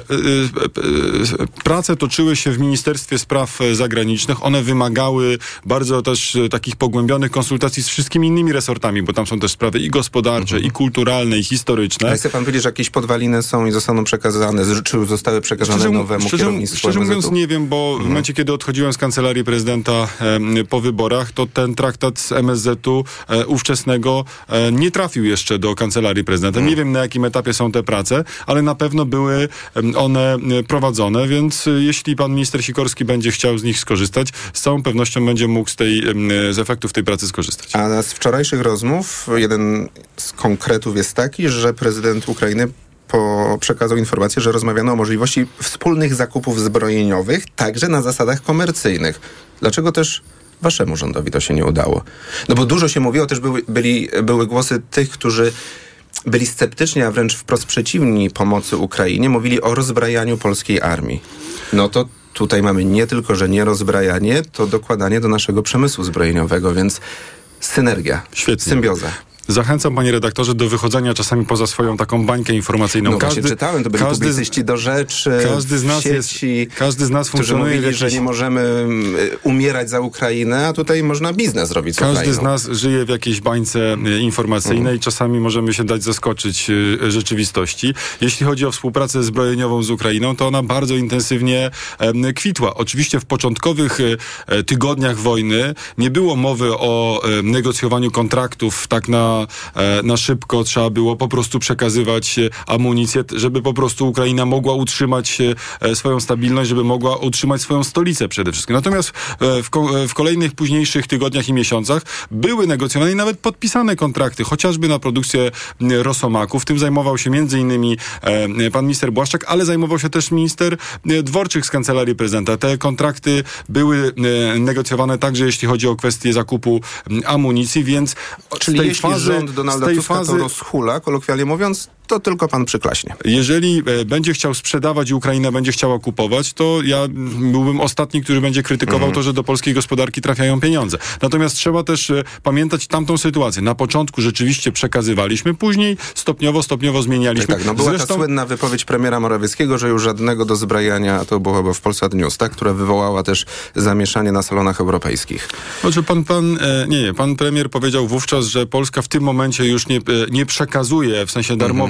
S17: prace toczyły się w Ministerstwie Spraw Zagranicznych. One wymagały bardzo też takich pogłębionych konsultacji z wszystkimi innymi resortami, bo tam są też sprawy i gospodarcze, mhm. i kulturalne, i historyczne.
S12: Ale chce pan powiedzieć, że jakieś podwaliny są i zostaną przekazane, czy zostały przekazane szczerze, nowemu
S17: szczerze,
S12: kierownictwu
S17: Szczerze
S12: M S Z-u?
S17: mówiąc nie wiem, bo mhm. w momencie, kiedy odchodziłem z kancelarii prezydenta e, po wyborach, to ten traktat z M S Z-u e, ówczesnego e, nie trafił jeszcze do kancelarii prezydenta. Mhm. Nie wiem, na jakim etapie są te prace, ale na pewno były e, one prowadzone, więc e, jeśli pan minister Sikorski będzie chciał z nich skorzystać, z całą pewnością będzie mógł z, tej, e, z efektów tej pracy skorzystać.
S12: A z wczorajszych rozmów jeden z konkretów jest taki, że prezydent Ukrainy po, przekazał informację, że rozmawiano o możliwości wspólnych zakupów zbrojeniowych, także na zasadach komercyjnych. Dlaczego też waszemu rządowi to się nie udało? No bo dużo się mówiło, też były, byli, były głosy tych, którzy byli sceptyczni, a wręcz wprost przeciwni pomocy Ukrainie, mówili o rozbrajaniu polskiej armii. No to tutaj mamy nie tylko, że nie rozbrajanie, to dokładanie do naszego przemysłu zbrojeniowego, więc synergia,
S17: świetnie.
S12: Symbioza.
S17: Zachęcam, panie redaktorze, do wychodzenia czasami poza swoją taką bańkę informacyjną.
S12: No każdy, właśnie czytałem, to byli każdy, publicyści do rzeczy,
S17: każdy z nas
S12: sieci,
S17: jest, każdy z nas funkcjonuje,
S12: którzy mówili,
S17: jakiś...
S12: że nie możemy umierać za Ukrainę, a tutaj można biznes robić z
S17: Każdy
S12: Ukrainą.
S17: z nas żyje w jakiejś bańce informacyjnej
S12: mhm.
S17: i czasami możemy się dać zaskoczyć rzeczywistości. Jeśli chodzi o współpracę zbrojeniową z Ukrainą, to ona bardzo intensywnie e, kwitła. Oczywiście w początkowych e, tygodniach wojny nie było mowy o e, negocjowaniu kontraktów tak na na szybko, trzeba było po prostu przekazywać amunicję, żeby po prostu Ukraina mogła utrzymać swoją stabilność, żeby mogła utrzymać swoją stolicę przede wszystkim. Natomiast w, ko- w kolejnych późniejszych tygodniach i miesiącach były negocjowane i nawet podpisane kontrakty, chociażby na produkcję Rosomaków. Tym zajmował się między innymi pan minister Błaszczak, ale zajmował się też minister Dworczyk z Kancelarii Prezydenta. Te kontrakty były negocjowane także jeśli chodzi o kwestię zakupu amunicji, więc
S12: Czyli
S17: z tej
S12: jeśli
S17: fazy,
S12: rząd Donalda Tuska fazy, to rozhula, kolokwialnie mówiąc, to tylko pan przyklaśnie.
S17: Jeżeli e, będzie chciał sprzedawać i Ukraina będzie chciała kupować, to ja byłbym ostatni, który będzie krytykował mm. to, że do polskiej gospodarki trafiają pieniądze. Natomiast trzeba też e, pamiętać tamtą sytuację. Na początku rzeczywiście przekazywaliśmy, później stopniowo, stopniowo zmienialiśmy.
S12: Tak, tak. No była
S17: Zresztą...
S12: ta słynna wypowiedź premiera Morawieckiego, że już żadnego dozbrajania, to było chyba w Polsat News, tak? Która wywołała też zamieszanie na salonach europejskich.
S17: Znaczy pan, pan, e, nie, nie, pan premier powiedział wówczas, że Polska w tym momencie już nie, e, nie przekazuje w sensie darmowej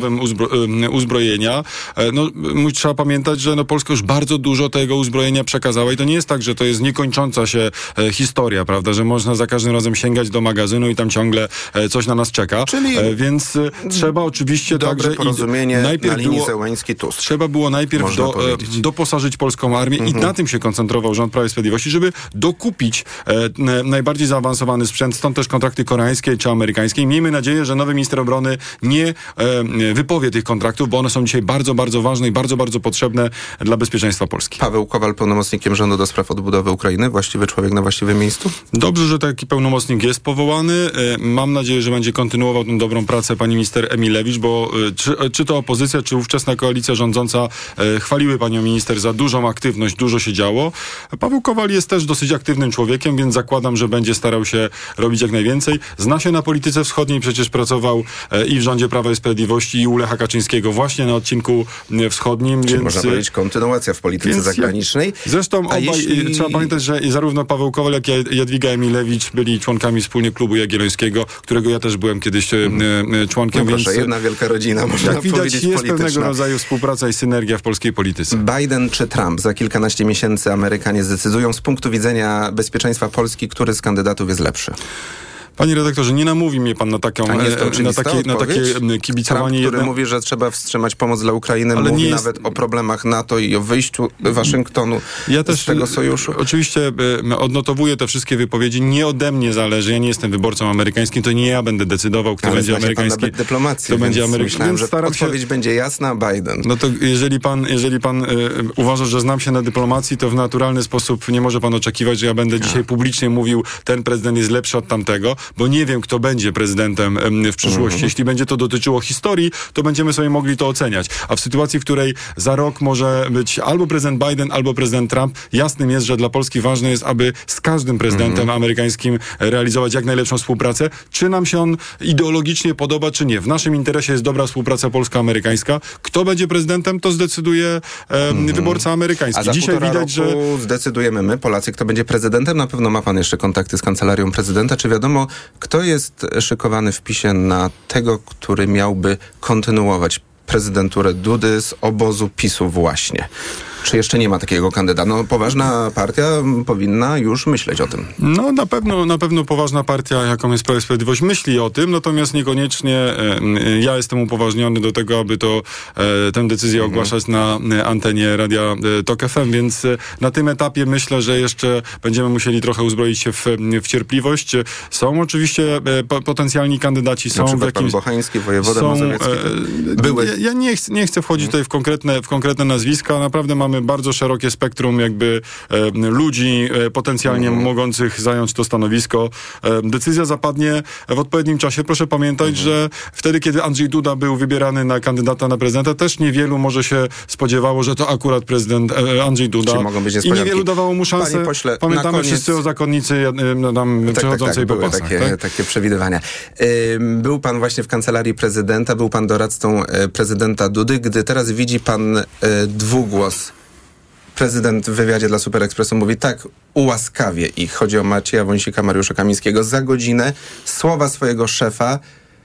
S17: dostawę uzbro- uzbrojenia. No, trzeba pamiętać, że no, Polska już bardzo dużo tego uzbrojenia przekazała i to nie jest tak, że to jest niekończąca się e, historia, prawda, że można za każdym razem sięgać do magazynu i tam ciągle e, coś na nas czeka.
S12: Czyli
S17: e, więc e, trzeba oczywiście
S12: dobre
S17: także
S12: porozumienie
S17: najpierw
S12: na linii
S17: było,
S12: Zełenski-Tusk.
S17: Trzeba było najpierw do, e, doposażyć polską armię mhm. i na tym się koncentrował rząd Prawa i Sprawiedliwości, żeby dokupić e, najbardziej zaawansowany sprzęt, stąd też kontrakty koreańskie czy amerykańskie. I miejmy nadzieję, że nowy minister obrony nie e, wypowie tych kontraktów, bo one są dzisiaj bardzo, bardzo ważne i bardzo, bardzo potrzebne dla bezpieczeństwa Polski.
S12: Paweł Kowal, pełnomocnikiem rządu do spraw odbudowy Ukrainy, właściwy człowiek na właściwym miejscu?
S17: Dobrze, że taki pełnomocnik jest powołany. Mam nadzieję, że będzie kontynuował tę dobrą pracę pani minister Emilewicz, bo czy, czy to opozycja, czy ówczesna koalicja rządząca chwaliły panią minister za dużą aktywność, dużo się działo. Paweł Kowal jest też dosyć aktywnym człowiekiem, więc zakładam, że będzie starał się robić jak najwięcej. Zna się na polityce wschodniej, przecież pracował i w rządzie Prawa i Sprawiedliwości, i u Lecha Kaczyńskiego właśnie na odcinku wschodnim.
S12: Czyli
S17: więc,
S12: można powiedzieć kontynuacja w polityce zagranicznej.
S17: Zresztą obaj, jeśli... trzeba pamiętać, że zarówno Paweł Kowal, jak i Jadwiga Emilewicz byli członkami wspólnie Klubu Jagiellońskiego, którego ja też byłem kiedyś mm. członkiem.
S12: No proszę,
S17: więc
S12: jedna wielka rodzina, można
S17: jak widać,
S12: powiedzieć,
S17: jest
S12: polityczna.
S17: pewnego rodzaju współpraca i synergia w polskiej polityce.
S12: Biden czy Trump? Za kilkanaście miesięcy Amerykanie zdecydują. Z punktu widzenia bezpieczeństwa Polski, który z kandydatów jest lepszy?
S17: Panie redaktorze, nie namówi mnie pan na taką na, na, takie, na takie kibicowanie.
S12: Trump, który
S17: jedne...
S12: mówi, że trzeba wstrzymać pomoc dla Ukrainy,
S17: ale
S12: mówi
S17: jest...
S12: nawet o problemach NATO i o wyjściu Waszyngtonu
S17: ja też,
S12: z tego sojuszu.
S17: Oczywiście odnotowuję te wszystkie wypowiedzi. Nie ode mnie zależy. Ja nie jestem wyborcą amerykańskim. To nie ja będę decydował, kto
S12: ale
S17: będzie amerykański.
S12: Ale dyplomacji,
S17: kto będzie amerykański.
S12: Myślałem, że odpowiedź się... będzie jasna, Biden.
S17: No to jeżeli pan, jeżeli pan y, uważa, że znam się na dyplomacji, to w naturalny sposób nie może pan oczekiwać, że ja będę dzisiaj ja. publicznie mówił, ten prezydent jest lepszy od tamtego, bo nie wiem, kto będzie prezydentem w przyszłości. Mm-hmm. Jeśli będzie to dotyczyło historii, to będziemy sobie mogli to oceniać. A w sytuacji, w której za rok może być albo prezydent Biden, albo prezydent Trump, jasnym jest, że dla Polski ważne jest, aby z każdym prezydentem mm-hmm. amerykańskim realizować jak najlepszą współpracę. Czy nam się on ideologicznie podoba, czy nie. W naszym interesie jest dobra współpraca polsko-amerykańska. Kto będzie prezydentem, to zdecyduje e, mm-hmm. wyborca amerykański.
S12: A za
S17: dzisiaj widać,
S12: roku
S17: że
S12: zdecydujemy my, Polacy, kto będzie prezydentem. Na pewno ma pan jeszcze kontakty z kancelarią prezydenta. Czy wiadomo, kto jest szykowany w PiSie na tego, który miałby kontynuować prezydenturę Dudy z obozu PiSu właśnie? Czy jeszcze nie ma takiego kandydata? No, poważna partia powinna już myśleć o tym.
S17: No, na pewno, na pewno poważna partia, jaką jest Prawo i Sprawiedliwość, myśli o tym, natomiast niekoniecznie e, ja jestem upoważniony do tego, aby to e, tę decyzję mhm. ogłaszać na e, antenie Radia e, Tok F M, więc e, na tym etapie myślę, że jeszcze będziemy musieli trochę uzbroić się w, w cierpliwość. Są oczywiście e, po, potencjalni kandydaci. Są
S12: na przykład
S17: w jakimś,
S12: pan Bochański, wojewoda
S17: są,
S12: mazowiecki.
S17: E, były. Ja, ja nie, chcę, nie chcę wchodzić mhm. tutaj w konkretne, w konkretne nazwiska. Naprawdę mamy bardzo szerokie spektrum jakby e, ludzi e, potencjalnie mm. mogących zająć to stanowisko. E, decyzja zapadnie w odpowiednim czasie. Proszę pamiętać, mm. że wtedy, kiedy Andrzej Duda był wybierany na kandydata na prezydenta, też niewielu może się spodziewało, że to akurat prezydent e, Andrzej Duda.
S12: Mogą być
S17: I niewielu dawało mu szansę.
S12: Panie pośle,
S17: pamiętamy
S12: koniec...
S17: wszyscy o zakonnicy e, tam
S12: tak,
S17: przechodzącej
S12: tak, tak,
S17: po pasach.
S12: Takie,
S17: tak?
S12: takie przewidywania. E, był pan właśnie w kancelarii prezydenta, był pan doradcą e, prezydenta Dudy. Gdy teraz widzi pan e, dwugłos, prezydent w wywiadzie dla Super Expressu mówi tak, ułaskawie ich. Chodzi o Macieja Wąsika, Mariusza Kamińskiego. Za godzinę słowa swojego szefa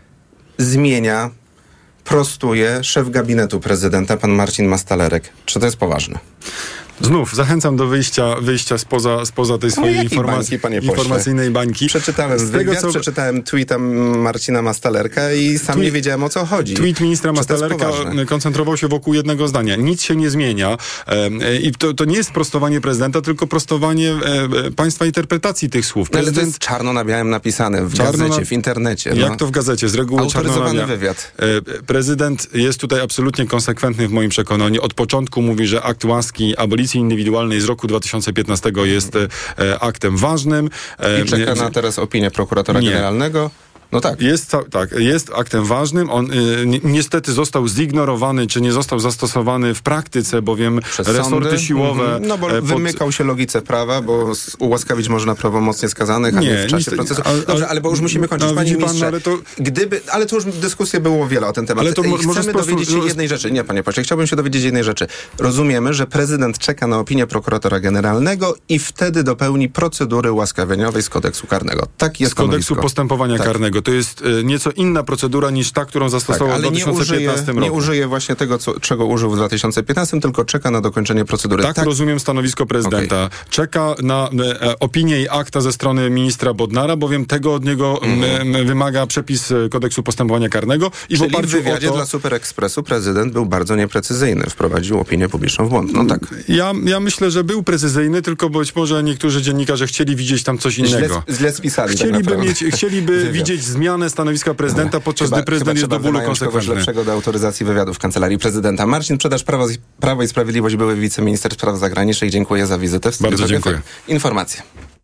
S12: zmienia, prostuje szef gabinetu prezydenta, pan Marcin Mastalerek. Czy to jest poważne?
S17: Znów zachęcam do wyjścia, wyjścia spoza, spoza tej swojej informacji,
S12: bańki,
S17: informacyjnej bańki.
S12: Przeczytałem z wywiad, co... przeczytałem tweeta Marcina Mastalerka i sam tweet, nie wiedziałem, o co chodzi.
S17: Tweet ministra Mastalerka koncentrował się wokół jednego zdania. Nic się nie zmienia e, i to, to nie jest prostowanie prezydenta, tylko prostowanie e, państwa interpretacji tych słów.
S12: Prezydent... Ale to jest czarno na białym napisane w czarno gazecie, na... w internecie.
S17: Jak
S12: no.
S17: to w gazecie? Z reguły czarno na białym.
S12: Wywiad.
S17: E, prezydent jest tutaj absolutnie konsekwentny w moim przekonaniu. Od początku mówi, że akt łaski, abolicji indywidualnej z roku dwa tysiące piętnastego jest e, aktem ważnym.
S12: E, I czeka na teraz opinię prokuratora
S17: nie.
S12: generalnego. No tak.
S17: Jest, tak, jest aktem ważnym. On y, ni- niestety został zignorowany, czy nie został zastosowany w praktyce, bowiem
S12: przez
S17: resorty
S12: sądy.
S17: siłowe...
S12: Mm-hmm. No bo
S17: pod...
S12: wymykał się logice prawa, bo ułaskawić można prawomocnie skazanych, a nie, nie w czasie niestety, procesu. Ale, Dobrze, ale bo już musimy kończyć. No, Panie ministrze, pan, ale, to... gdyby, ale to już dyskusje było wiele o ten temat. Ale to mo- chcemy dowiedzieć się jednej rzeczy. Nie, panie pośle, chciałbym się dowiedzieć jednej rzeczy. Rozumiemy, że prezydent czeka na opinię prokuratora generalnego i wtedy dopełni procedury łaskawieniowej z kodeksu karnego. Tak jest
S17: z kodeksu
S12: stanowisko.
S17: postępowania
S12: tak.
S17: karnego. tego. To jest y, nieco inna procedura niż ta, którą zastosował
S12: tak,
S17: w dwa tysiące piętnastym
S12: użyje,
S17: roku.
S12: Nie użyje właśnie tego, co, czego użył w dwa tysiące piętnastym, tylko czeka na dokończenie procedury.
S17: Tak, tak rozumiem stanowisko prezydenta. Okay. Czeka na e, opinię i akta ze strony ministra Bodnara, bowiem tego od niego mm. m, wymaga przepis kodeksu postępowania karnego. I
S12: Czyli
S17: w,
S12: w wywiadzie
S17: to...
S12: dla Super Expressu prezydent był bardzo nieprecyzyjny. Wprowadził opinię publiczną w błąd. No tak.
S17: Ja, ja myślę, że był precyzyjny, tylko być może niektórzy dziennikarze chcieli widzieć tam coś innego.
S12: Źle, źle spisali.
S17: Chcieliby,
S12: tak
S17: mieć, chcieliby widzieć zmianę stanowiska prezydenta, podczas chyba, gdy prezydent jest do bólu konsekwentny.
S12: Lepszego do autoryzacji wywiadu w Kancelarii Prezydenta. Marcin Przydasz, Prawo, Prawo i Sprawiedliwość, były wiceminister spraw zagranicznych. Dziękuję za wizytę w studiu.
S17: Bardzo dziękuję.
S12: Informacje.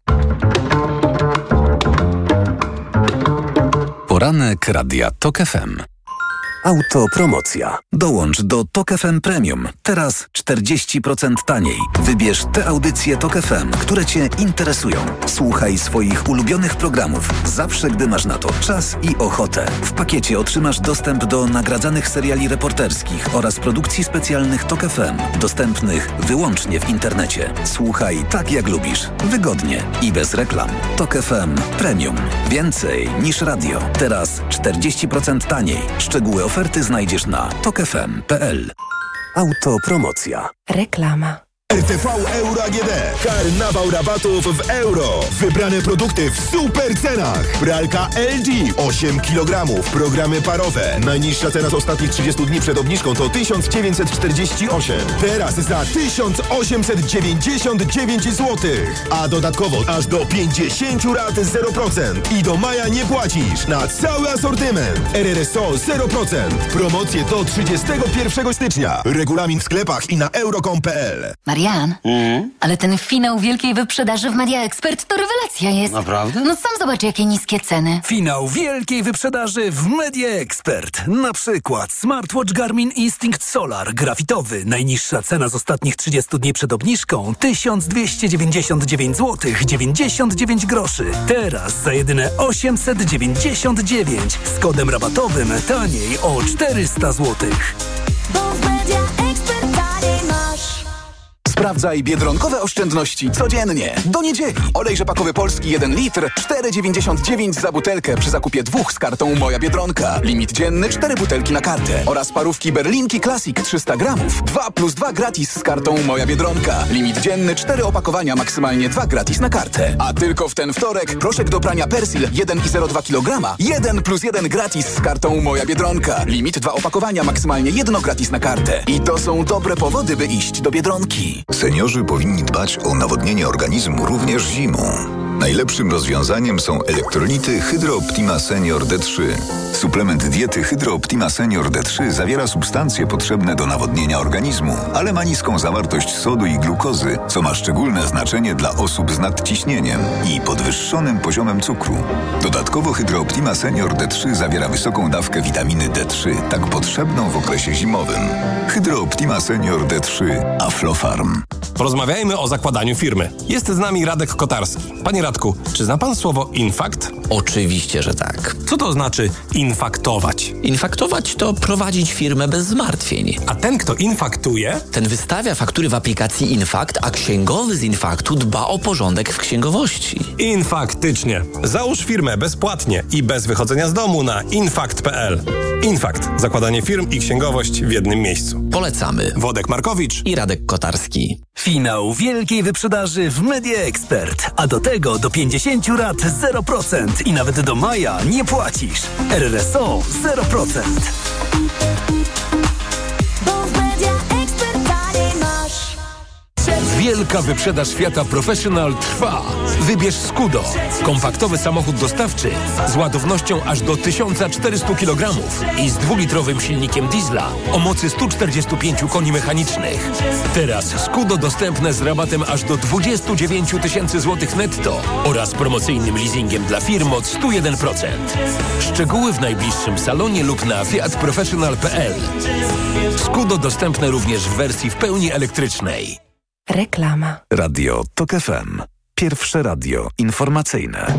S11: Poranek Radia Tok F M. Autopromocja. Dołącz do Tok F M Premium. Teraz czterdzieści procent taniej. Wybierz te audycje Tok F M, które Cię interesują. Słuchaj swoich ulubionych programów zawsze, gdy masz na to czas i ochotę. W pakiecie otrzymasz dostęp do nagradzanych seriali reporterskich oraz produkcji specjalnych Tok F M, dostępnych wyłącznie w internecie. Słuchaj tak, jak lubisz. Wygodnie i bez reklam. Tok F M Premium. Więcej niż radio. Teraz czterdzieści procent taniej. Szczegóły oferty znajdziesz na tok f m kropka p l. Autopromocja.
S2: Reklama.
S13: R T V Euro A G D. Karnawał rabatów w euro. Wybrane produkty w super cenach. Pralka L G osiem kilogramów. Programy parowe. Najniższa cena z ostatnich trzydziestu dni przed obniżką to tysiąc dziewięćset czterdzieści osiem. Teraz za tysiąc osiemset dziewięćdziesiąt dziewięć złotych. A dodatkowo aż do pięćdziesiąt rat zero procent. I do maja nie płacisz na cały asortyment. R R S O zero procent. Promocje do trzydziestego pierwszego stycznia. Regulamin w sklepach i na euro kropka com kropka p l.
S18: Marian, mm? ale ten finał wielkiej wyprzedaży w Media Expert to rewelacja jest.
S19: Naprawdę?
S18: No sam zobacz, jakie niskie ceny.
S19: Finał wielkiej wyprzedaży w Media Expert. Na przykład smartwatch Garmin Instinct Solar grafitowy. Najniższa cena z ostatnich trzydziestu dni przed obniżką tysiąc dwieście dziewięćdziesiąt dziewięć złotych dziewięćdziesiąt dziewięć groszy. Teraz za jedyne osiemset dziewięćdziesiąt dziewięć z kodem rabatowym taniej o czterysta złotych.
S20: Bo w Media Expert taniej masz.
S21: Sprawdzaj biedronkowe oszczędności codziennie. Do niedzieli. Olej rzepakowy polski jeden litr, cztery dziewięćdziesiąt dziewięć za butelkę przy zakupie dwóch z kartą Moja Biedronka. Limit dzienny cztery butelki na kartę. Oraz parówki Berlinki Classic trzysta gramów. dwa plus dwa gratis z kartą Moja Biedronka. Limit dzienny cztery opakowania, maksymalnie dwa gratis na kartę. A tylko w ten wtorek proszek do prania Persil jeden i zero przecinek dwa kilograma. jeden plus jeden gratis z kartą Moja Biedronka. Limit dwa opakowania, maksymalnie jedno gratis na kartę. I to są dobre powody, by iść do Biedronki.
S14: Seniorzy powinni dbać o nawodnienie organizmu również zimą. Najlepszym rozwiązaniem są elektrolity Hydro Optima Senior D trzy. Suplement diety Hydro Optima Senior D trzy zawiera substancje potrzebne do nawodnienia organizmu, ale ma niską zawartość sodu i glukozy, co ma szczególne znaczenie dla osób z nadciśnieniem i podwyższonym poziomem cukru. Dodatkowo Hydro Optima Senior D trzy zawiera wysoką dawkę witaminy D trzy, tak potrzebną w okresie zimowym. Hydro Optima Senior D trzy Aflofarm.
S22: Porozmawiajmy o zakładaniu firmy. Jest z nami Radek Kotarski. Panie Radku, czy zna pan słowo infakt?
S23: Oczywiście, że tak.
S22: Co to znaczy infaktować?
S23: Infaktować to prowadzić firmę bez zmartwień.
S22: A ten, kto infaktuje?
S23: Ten wystawia faktury w aplikacji Infakt, a księgowy z Infaktu dba o porządek w księgowości.
S22: Infaktycznie. Załóż firmę bezpłatnie i bez wychodzenia z domu na infakt kropka p l. Infakt. Zakładanie firm i księgowość w jednym miejscu.
S23: Polecamy.
S22: Wodek Markowicz
S23: i Radek Kotarski.
S19: Finał wielkiej wyprzedaży w Media Expert. A do tego do pięćdziesiąt rat zero procent i nawet do maja nie płacisz. R R S O zero procent.
S24: Wielka wyprzedaż Fiata Professional trwa. Wybierz Scudo. Kompaktowy samochód dostawczy z ładownością aż do tysiąc czterysta kilogramów i z dwulitrowym silnikiem diesla o mocy stu czterdziestu pięciu koni mechanicznych. Teraz Scudo dostępne z rabatem aż do dwudziestu dziewięciu tysięcy złotych netto oraz promocyjnym leasingiem dla firm od stu jeden procent. Szczegóły w najbliższym salonie lub na fiat professional kropka p l. Scudo dostępne również w wersji w pełni elektrycznej.
S2: Reklama.
S11: Radio Tok F M. Pierwsze radio informacyjne.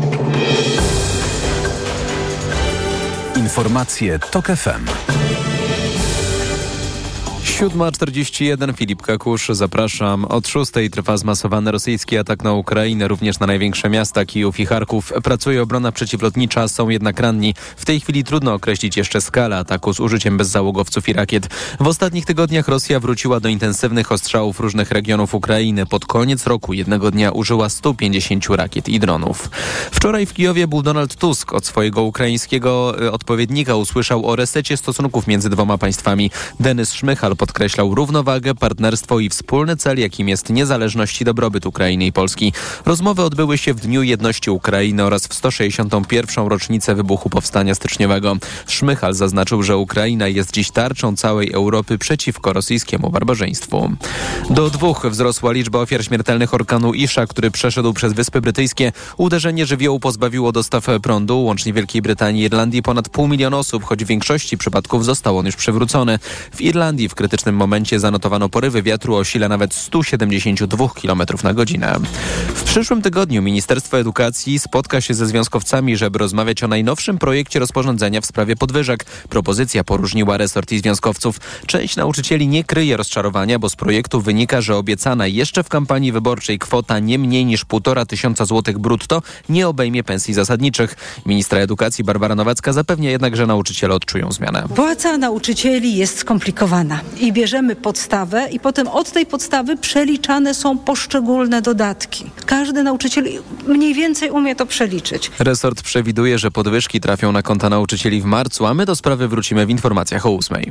S11: Informacje Tok F M.
S3: siódma czterdzieści jeden, Filip Kakusz, zapraszam. Od szóstej trwa zmasowany rosyjski atak na Ukrainę, również na największe miasta Kijów i Charków. Pracuje obrona przeciwlotnicza, są jednak ranni. W tej chwili trudno określić jeszcze skalę ataku z użyciem bezzałogowców i rakiet. W ostatnich tygodniach Rosja wróciła do intensywnych ostrzałów różnych regionów Ukrainy. Pod koniec roku jednego dnia użyła stu pięćdziesięciu rakiet i dronów. Wczoraj w Kijowie był Donald Tusk. Od swojego ukraińskiego odpowiednika usłyszał o resecie stosunków między dwoma państwami. Denys Szmychal podkreślał równowagę, partnerstwo i wspólny cel, jakim jest niezależność i dobrobyt Ukrainy i Polski. Rozmowy odbyły się w Dniu Jedności Ukrainy oraz w sto sześćdziesiątą pierwszą rocznicę wybuchu Powstania Styczniowego. Szmychal zaznaczył, że Ukraina jest dziś tarczą całej Europy przeciwko rosyjskiemu barbarzyństwu. Do dwóch wzrosła liczba ofiar śmiertelnych orkanu Isha, który przeszedł przez Wyspy Brytyjskie. Uderzenie żywiołu pozbawiło dostaw prądu. Łącznie w Wielkiej Brytanii i Irlandii ponad pół miliona osób, choć w większości przypadków został on już przywrócony. W Irlandii w krytycznym momencie zanotowano porywy wiatru o sile nawet stu siedemdziesięciu dwóch kilometrów na godzinę. W przyszłym tygodniu Ministerstwo Edukacji spotka się ze związkowcami, żeby rozmawiać o najnowszym projekcie rozporządzenia w sprawie podwyżek. Propozycja poróżniła resort i związkowców. Część nauczycieli nie kryje rozczarowania, bo z projektu wynika, że obiecana jeszcze w kampanii wyborczej kwota nie mniej niż półtora tysiąca złotych brutto nie obejmie pensji zasadniczych. Ministra edukacji Barbara Nowacka zapewnia jednak, że nauczyciele odczują zmianę.
S1: Płaca nauczycieli jest skomplikowana i bierzemy podstawę i potem od tej podstawy przeliczane są poszczególne dodatki. Każdy nauczyciel mniej więcej umie to przeliczyć.
S3: Resort przewiduje, że podwyżki trafią na konta nauczycieli w marcu, a my do sprawy wrócimy w informacjach o ósmej.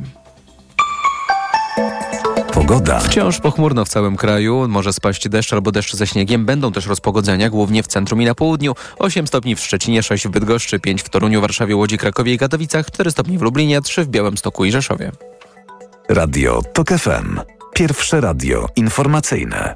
S11: Pogoda.
S3: Wciąż pochmurno w całym kraju. Może spaść deszcz albo deszcz ze śniegiem. Będą też rozpogodzenia, głównie w centrum i na południu. osiem stopni w Szczecinie, sześć w Bydgoszczy, pięć w Toruniu, Warszawie, Łodzi, Krakowie i Katowicach, cztery stopnie w Lublinie, trzy w Białymstoku i Rzeszowie.
S11: Radio TOK F M. Pierwsze radio informacyjne.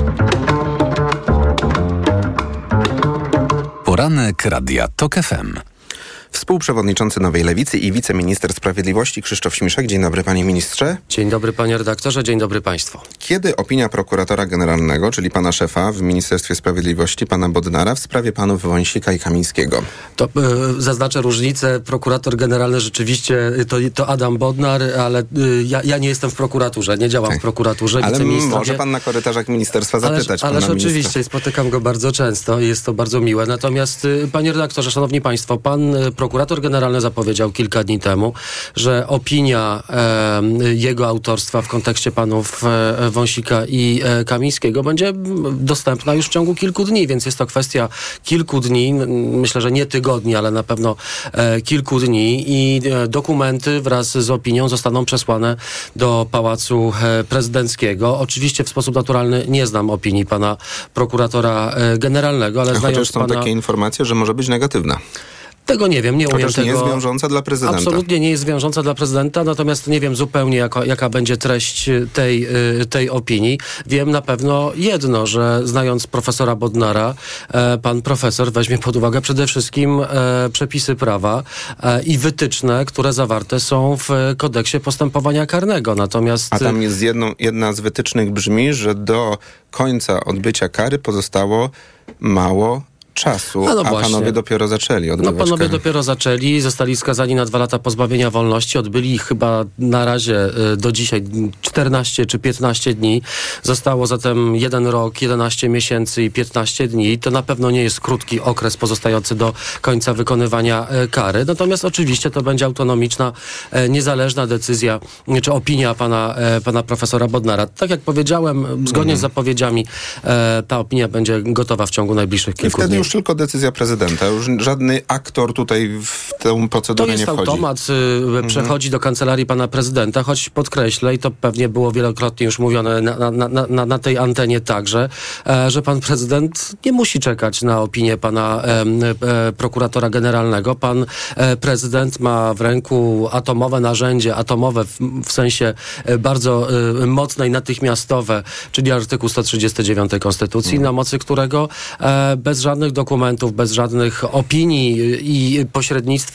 S11: Poranek Radia TOK F M.
S12: Współprzewodniczący Nowej Lewicy i wiceminister sprawiedliwości Krzysztof Śmiszek. Dzień dobry, panie ministrze.
S4: Dzień dobry, panie redaktorze, dzień dobry państwu.
S12: Kiedy opinia prokuratora generalnego, czyli pana szefa w Ministerstwie Sprawiedliwości, pana Bodnara, w sprawie panów Wąsika i Kamińskiego?
S4: To e, zaznaczę różnicę. Prokurator generalny rzeczywiście to, to Adam Bodnar, ale e, ja, ja nie jestem w prokuraturze, nie działam okay. w prokuraturze.
S12: Ale może pan na korytarzach ministerstwa zapytać
S4: Ależ, ależ oczywiście,
S12: ministra.
S4: Spotykam go bardzo często i jest to bardzo miłe. Natomiast, e, panie redaktorze, szanowni państwo, pan prokurator generalny zapowiedział kilka dni temu, że opinia e, jego autorstwa w kontekście panów e, Wąsika i e, Kamińskiego będzie dostępna już w ciągu kilku dni, więc jest to kwestia kilku dni, myślę, że nie tygodni, ale na pewno e, kilku dni i e, dokumenty wraz z opinią zostaną przesłane do Pałacu e, Prezydenckiego. Oczywiście w sposób naturalny nie znam opinii pana prokuratora e, generalnego, ale
S12: A
S4: znając
S12: chociaż są
S4: pana...
S12: takie informacje, że może być negatywna.
S4: Tego nie wiem, nie umiem
S12: Chociaż
S4: tego...
S12: nie jest wiążąca dla prezydenta.
S4: Absolutnie nie jest wiążąca dla prezydenta, natomiast nie wiem zupełnie, jaka, jaka będzie treść tej, tej opinii. Wiem na pewno jedno, że znając profesora Bodnara, e, pan profesor weźmie pod uwagę przede wszystkim e, przepisy prawa e, i wytyczne, które zawarte są w kodeksie postępowania karnego. Natomiast...
S12: A tam jest jedną, jedna z wytycznych brzmi, że do końca odbycia kary pozostało mało czasu, a, no a panowie dopiero zaczęli odbywać
S4: No panowie
S12: karę.
S4: dopiero zaczęli, zostali skazani na dwa lata pozbawienia wolności, odbyli chyba na razie y, do dzisiaj czternaście czy piętnaście dni. Zostało zatem jeden rok, jedenaście miesięcy i piętnaście dni. To na pewno nie jest krótki okres pozostający do końca wykonywania y, kary. Natomiast oczywiście to będzie autonomiczna, y, niezależna decyzja, y, czy opinia pana, y, pana profesora Bodnara. Tak jak powiedziałem, zgodnie mm. z zapowiedziami y, ta opinia będzie gotowa w ciągu najbliższych kilku dni.
S12: Już tylko decyzja prezydenta, już żadny aktor tutaj w tę procedurę nie wchodzi.
S4: To jest automat, y, przechodzi do kancelarii pana prezydenta, choć podkreślę, i to pewnie było wielokrotnie już mówione na, na, na, na, na tej antenie także, e, że pan prezydent nie musi czekać na opinię pana e, e, prokuratora generalnego. Pan e, prezydent ma w ręku atomowe narzędzie, atomowe w, w sensie e, bardzo e, mocne i natychmiastowe, czyli artykuł sto trzydziesty dziewiąty Konstytucji, hmm. na mocy którego e, bez żadnych dokumentów, bez żadnych opinii i pośrednictwa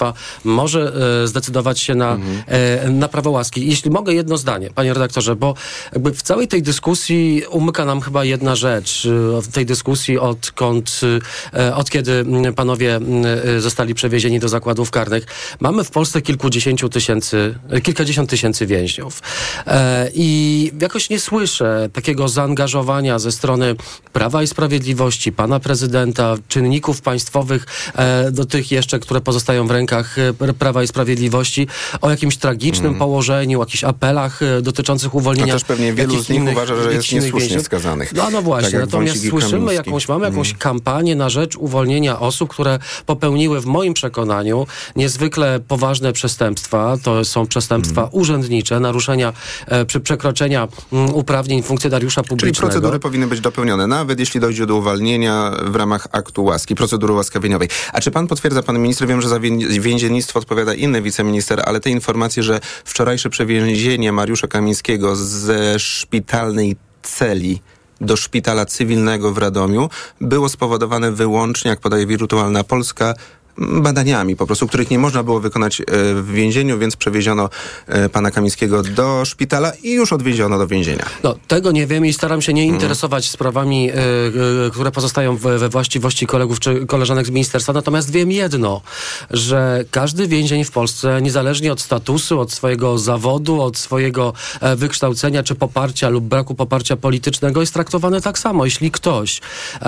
S4: państwa może e, zdecydować się na, mhm. e, na prawo łaski. Jeśli mogę jedno zdanie, panie redaktorze, bo jakby w całej tej dyskusji umyka nam chyba jedna rzecz. W tej dyskusji odkąd, e, od kiedy panowie e, zostali przewiezieni do zakładów karnych, mamy w Polsce kilkudziesięciu tysięcy, kilkadziesiąt tysięcy więźniów. E, I jakoś nie słyszę takiego zaangażowania ze strony Prawa i Sprawiedliwości, pana prezydenta, czynników państwowych, e, do tych jeszcze, które pozostają w rękach e, Prawa i Sprawiedliwości, o jakimś tragicznym mm. położeniu, o jakichś apelach e, dotyczących uwolnienia.
S12: To też pewnie wielu z nich innych, uważa, że jest niesłusznie więźniów. skazanych.
S4: No, no właśnie,
S12: tak
S4: natomiast słyszymy jakąś, mamy jakąś mm. kampanię na rzecz uwolnienia osób, które popełniły w moim przekonaniu niezwykle poważne przestępstwa. To są przestępstwa mm. urzędnicze, naruszenia e, przy przekroczenia m, uprawnień funkcjonariusza publicznego.
S12: Czyli procedury powinny być dopełnione, nawet jeśli dojdzie do uwalnienia w ramach aktu łaski, procedury łaskawieniowej. A czy pan potwierdza, pan minister, wiem, że za więziennictwo odpowiada inny wiceminister, ale te informacje, że wczorajsze przewiezienie Mariusza Kamińskiego ze szpitalnej celi do szpitala cywilnego w Radomiu było spowodowane wyłącznie, jak podaje Wirtualna Polska, badaniami po prostu, których nie można było wykonać w więzieniu, więc przewieziono pana Kamińskiego do szpitala i już odwieziono do więzienia.
S4: No, tego nie wiem i staram się nie interesować hmm. sprawami, y, y, które pozostają we, we właściwości kolegów czy koleżanek z ministerstwa, natomiast wiem jedno, że każdy więzień w Polsce, niezależnie od statusu, od swojego zawodu, od swojego e, wykształcenia czy poparcia lub braku poparcia politycznego jest traktowany tak samo. Jeśli ktoś e,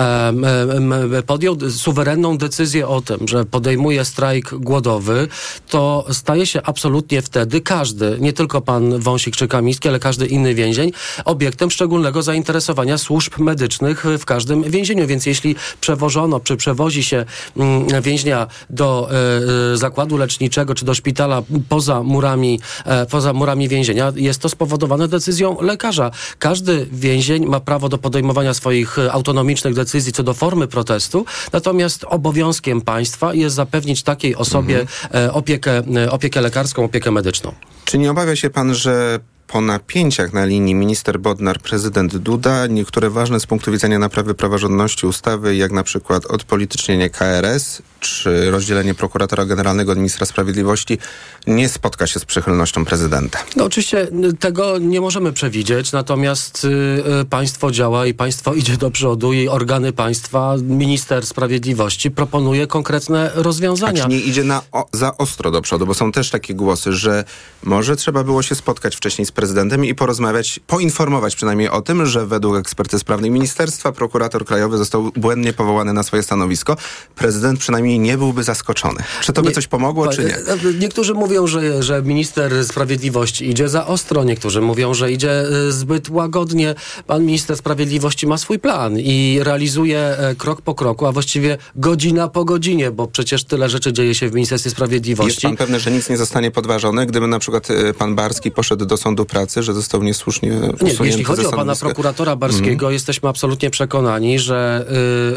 S4: e, podjął suwerenną decyzję o tym, że podejmuje strajk głodowy, to staje się absolutnie wtedy każdy, nie tylko pan Wąsik czy Kamiński, ale każdy inny więzień, obiektem szczególnego zainteresowania służb medycznych w każdym więzieniu. Więc jeśli przewożono, czy przewozi się mm, więźnia do e, zakładu leczniczego, czy do szpitala poza murami, e, poza murami więzienia, jest to spowodowane decyzją lekarza. Każdy więzień ma prawo do podejmowania swoich autonomicznych decyzji co do formy protestu, natomiast obowiązkiem państwa jest zapewnić takiej osobie mhm. opiekę, opiekę lekarską, opiekę medyczną.
S12: Czy nie obawia się pan, że po napięciach na linii minister Bodnar, prezydent Duda, niektóre ważne z punktu widzenia naprawy praworządności ustawy, jak na przykład odpolitycznienie K R S, czy rozdzielenie prokuratora generalnego od ministra sprawiedliwości, nie spotka się z przychylnością prezydenta?
S4: No oczywiście tego nie możemy przewidzieć, natomiast y, państwo działa i państwo idzie do przodu i organy państwa, minister sprawiedliwości proponuje konkretne rozwiązania.
S12: A czy nie idzie na o, za ostro do przodu? Bo są też takie głosy, że może trzeba było się spotkać wcześniej z prezydentem i porozmawiać, poinformować przynajmniej o tym, że według ekspertyz prawnej ministerstwa prokurator krajowy został błędnie powołany na swoje stanowisko. Prezydent przynajmniej nie byłby zaskoczony. Czy to by nie, coś pomogło, czy nie?
S4: Niektórzy mówią, że, że minister sprawiedliwości idzie za ostro, niektórzy mówią, że idzie zbyt łagodnie. Pan minister sprawiedliwości ma swój plan i realizuje krok po kroku, a właściwie godzina po godzinie, bo przecież tyle rzeczy dzieje się w Ministerstwie Sprawiedliwości.
S12: Jest pan pewny, że nic nie zostanie podważone, gdyby na przykład pan Barski poszedł do sądu pracy, że został niesłusznie usunięty.
S4: Nie, jeśli chodzi o pana prokuratora Barskiego, mm. jesteśmy absolutnie przekonani, że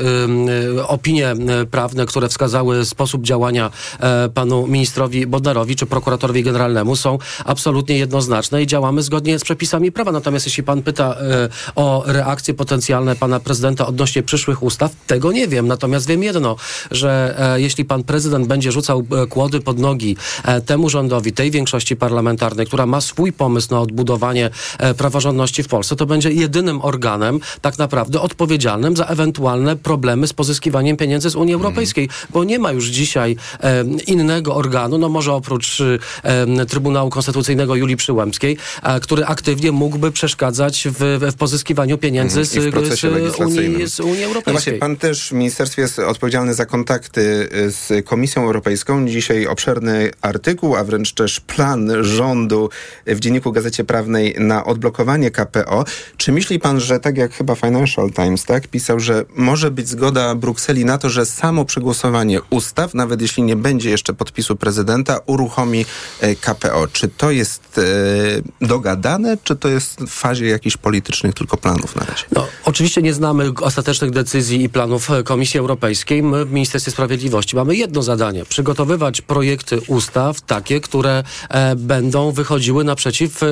S4: y, y, opinie prawne, które wskazały sposób działania y, panu ministrowi Bodnarowi czy prokuratorowi generalnemu, są absolutnie jednoznaczne i działamy zgodnie z przepisami prawa. Natomiast jeśli pan pyta y, o reakcje potencjalne pana prezydenta odnośnie przyszłych ustaw, tego nie wiem. Natomiast wiem jedno, że y, jeśli pan prezydent będzie rzucał y, kłody pod nogi y, temu rządowi, tej większości parlamentarnej, która ma swój pomysł na odbudowanie e, praworządności w Polsce, to będzie jedynym organem tak naprawdę odpowiedzialnym za ewentualne problemy z pozyskiwaniem pieniędzy z Unii Europejskiej, mm. bo nie ma już dzisiaj e, innego organu, no może oprócz e, Trybunału Konstytucyjnego Julii Przyłębskiej, a, który aktywnie mógłby przeszkadzać w, w pozyskiwaniu pieniędzy z, z, Unii, z Unii Europejskiej.
S12: No właśnie, pan też w ministerstwie jest odpowiedzialny za kontakty z Komisją Europejską. Dzisiaj obszerny artykuł, a wręcz też plan rządu w Dzienniku Gazecie Prawnej na odblokowanie K P O. Czy myśli pan, że tak jak chyba Financial Times, tak, pisał, że może być zgoda Brukseli na to, że samo przegłosowanie ustaw, nawet jeśli nie będzie jeszcze podpisu prezydenta, uruchomi K P O? Czy to jest e, dogadane, czy to jest w fazie jakichś politycznych tylko planów na razie?
S4: No, oczywiście nie znamy ostatecznych decyzji i planów Komisji Europejskiej. My w Ministerstwie Sprawiedliwości mamy jedno zadanie. Przygotowywać projekty ustaw takie, które e, będą wychodziły naprzeciw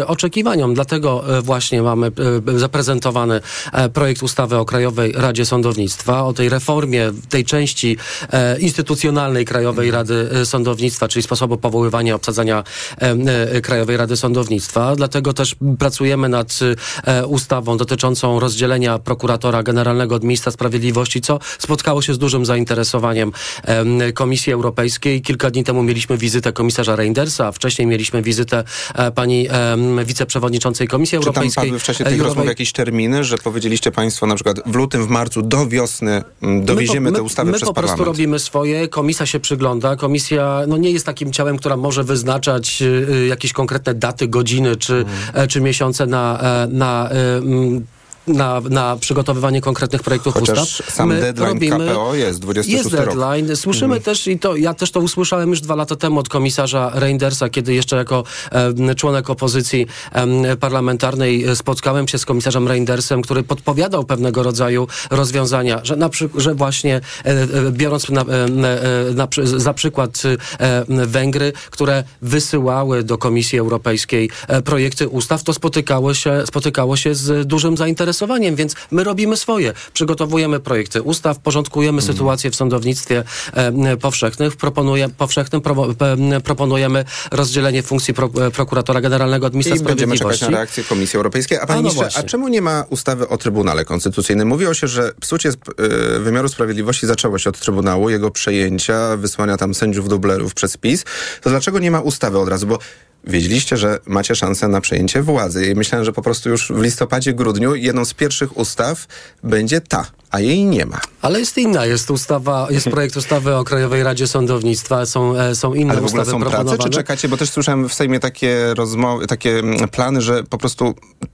S4: oczekiwaniom. Dlatego e, właśnie mamy e, zaprezentowany e, projekt ustawy o Krajowej Radzie Sądownictwa, o tej reformie, tej części e, instytucjonalnej Krajowej Rady e, Sądownictwa, czyli sposobu powoływania i obsadzania e, e, Krajowej Rady Sądownictwa. Dlatego też pracujemy nad e, ustawą dotyczącą rozdzielenia prokuratora generalnego od ministra sprawiedliwości, co spotkało się z dużym zainteresowaniem e, Komisji Europejskiej. Kilka dni temu mieliśmy wizytę komisarza Reindersa, a wcześniej mieliśmy wizytę e, pani e, wiceprzewodniczącej Komisji
S12: Czy
S4: Europejskiej.
S12: tam padły w czasie tych rozmów jakieś terminy, że powiedzieliście państwo na przykład w lutym, w marcu do wiosny dowieziemy
S4: my,
S12: tę ustawę
S4: my
S12: przez
S4: po prostu
S12: parlament?
S4: robimy swoje, komisja się przygląda, komisja no, nie jest takim ciałem, która może wyznaczać y, jakieś konkretne daty, godziny czy, mm. czy miesiące na, na y, Na, na przygotowywanie konkretnych projektów
S12: Chociaż
S4: ustaw.
S12: sam
S4: My
S12: deadline
S4: robimy,
S12: K P O jest dwudziesty szósty
S4: Jest
S12: rok.
S4: deadline. Słyszymy
S12: Mhm.
S4: też, i to ja też to usłyszałem już dwa lata temu od komisarza Reindersa, kiedy jeszcze jako e, członek opozycji e, parlamentarnej spotkałem się z komisarzem Reindersem, który podpowiadał pewnego rodzaju rozwiązania, że, na przy, że właśnie e, e, biorąc na, e, na, za przykład e, Węgry, które wysyłały do Komisji Europejskiej e, projekty ustaw, to spotykało się, spotykało się z dużym zainteresowaniem. Więc my robimy swoje. Przygotowujemy projekty ustaw, porządkujemy mm. sytuację w sądownictwie e, powszechnych, proponuje, powszechnym pro, e, proponujemy rozdzielenie funkcji pro, e, prokuratora generalnego od ministra
S12: I
S4: sprawiedliwości.
S12: będziemy czekać na reakcję Komisji Europejskiej. A panie
S4: a, no
S12: ministrze, a czemu nie ma ustawy o Trybunale Konstytucyjnym? Mówiło się, że psucie y, wymiaru sprawiedliwości zaczęło się od Trybunału, jego przejęcia, wysłania tam sędziów dublerów przez PiS. To dlaczego nie ma ustawy od razu? Bo wiedzieliście, że macie szansę na przejęcie władzy. I myślałem, że po prostu już w listopadzie, grudniu jedną z pierwszych ustaw będzie ta, a jej nie ma.
S4: Ale jest inna. Jest ustawa, jest projekt ustawy o Krajowej Radzie Sądownictwa. Są, e, są inne
S12: Ale w ogóle
S4: ustawy
S12: są
S4: proponowane.
S12: prace, czy czekacie? Bo też słyszałem w Sejmie takie rozmowy, takie plany, że po prostu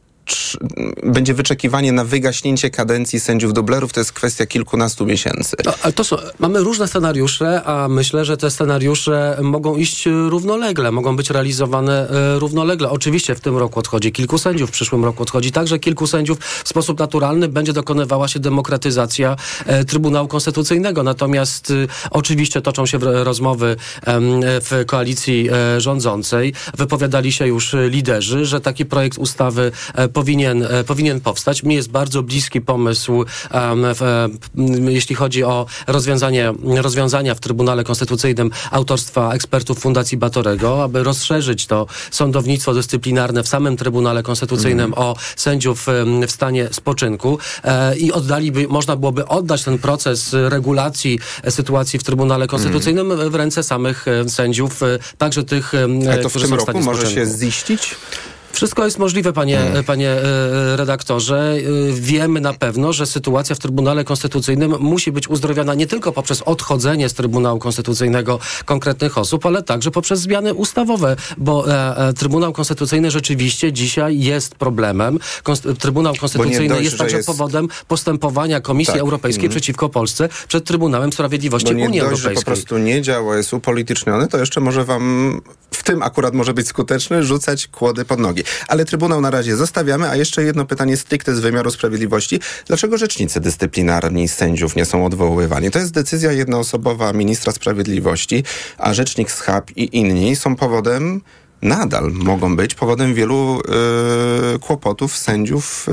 S12: będzie wyczekiwanie na wygaśnięcie kadencji sędziów dublerów, to jest kwestia kilkunastu miesięcy.
S4: No, ale to są, mamy różne scenariusze, a myślę, że te scenariusze mogą iść równolegle, mogą być realizowane e, równolegle. Oczywiście w tym roku odchodzi kilku sędziów, w przyszłym roku odchodzi także kilku sędziów. W sposób naturalny będzie dokonywała się demokratyzacja e, Trybunału Konstytucyjnego. Natomiast e, oczywiście toczą się w, rozmowy e, w koalicji e, rządzącej. Wypowiadali się już liderzy, że taki projekt ustawy e, Powinien, e, powinien powstać. Mi jest bardzo bliski pomysł, um, w, e, jeśli chodzi o rozwiązanie, rozwiązania w Trybunale Konstytucyjnym autorstwa ekspertów Fundacji Batorego, aby rozszerzyć to sądownictwo dyscyplinarne w samym Trybunale Konstytucyjnym mm. o sędziów e, w stanie spoczynku e, i oddaliby, można byłoby oddać ten proces regulacji e, sytuacji w Trybunale Konstytucyjnym mm. w ręce samych e, sędziów, e, także tych, e,
S12: A to w
S4: którzy
S12: tym
S4: są w
S12: roku może
S4: spoczynku.
S12: się ziścić?
S4: Wszystko jest możliwe, panie, hmm. panie e, redaktorze. E, wiemy na pewno, że sytuacja w Trybunale Konstytucyjnym musi być uzdrowiona nie tylko poprzez odchodzenie z Trybunału Konstytucyjnego konkretnych osób, ale także poprzez zmiany ustawowe, bo e, e, Trybunał Konstytucyjny rzeczywiście dzisiaj jest problemem. Konst- Trybunał Konstytucyjny
S12: dość,
S4: jest także
S12: jest...
S4: powodem postępowania Komisji
S12: tak.
S4: Europejskiej hmm. przeciwko Polsce przed Trybunałem Sprawiedliwości
S12: bo nie
S4: Unii
S12: dość,
S4: Europejskiej.
S12: Że po prostu nie działa, jest upolityczniony, to jeszcze może wam w tym akurat może być skuteczny, rzucać kłody pod nogi. Ale Trybunał na razie zostawiamy, a jeszcze jedno pytanie stricte z wymiaru sprawiedliwości. Dlaczego rzecznicy dyscyplinarni sędziów nie są odwoływani? To jest decyzja jednoosobowa ministra sprawiedliwości, a rzecznik S H A P i inni są powodem, nadal mogą być powodem wielu yy, kłopotów sędziów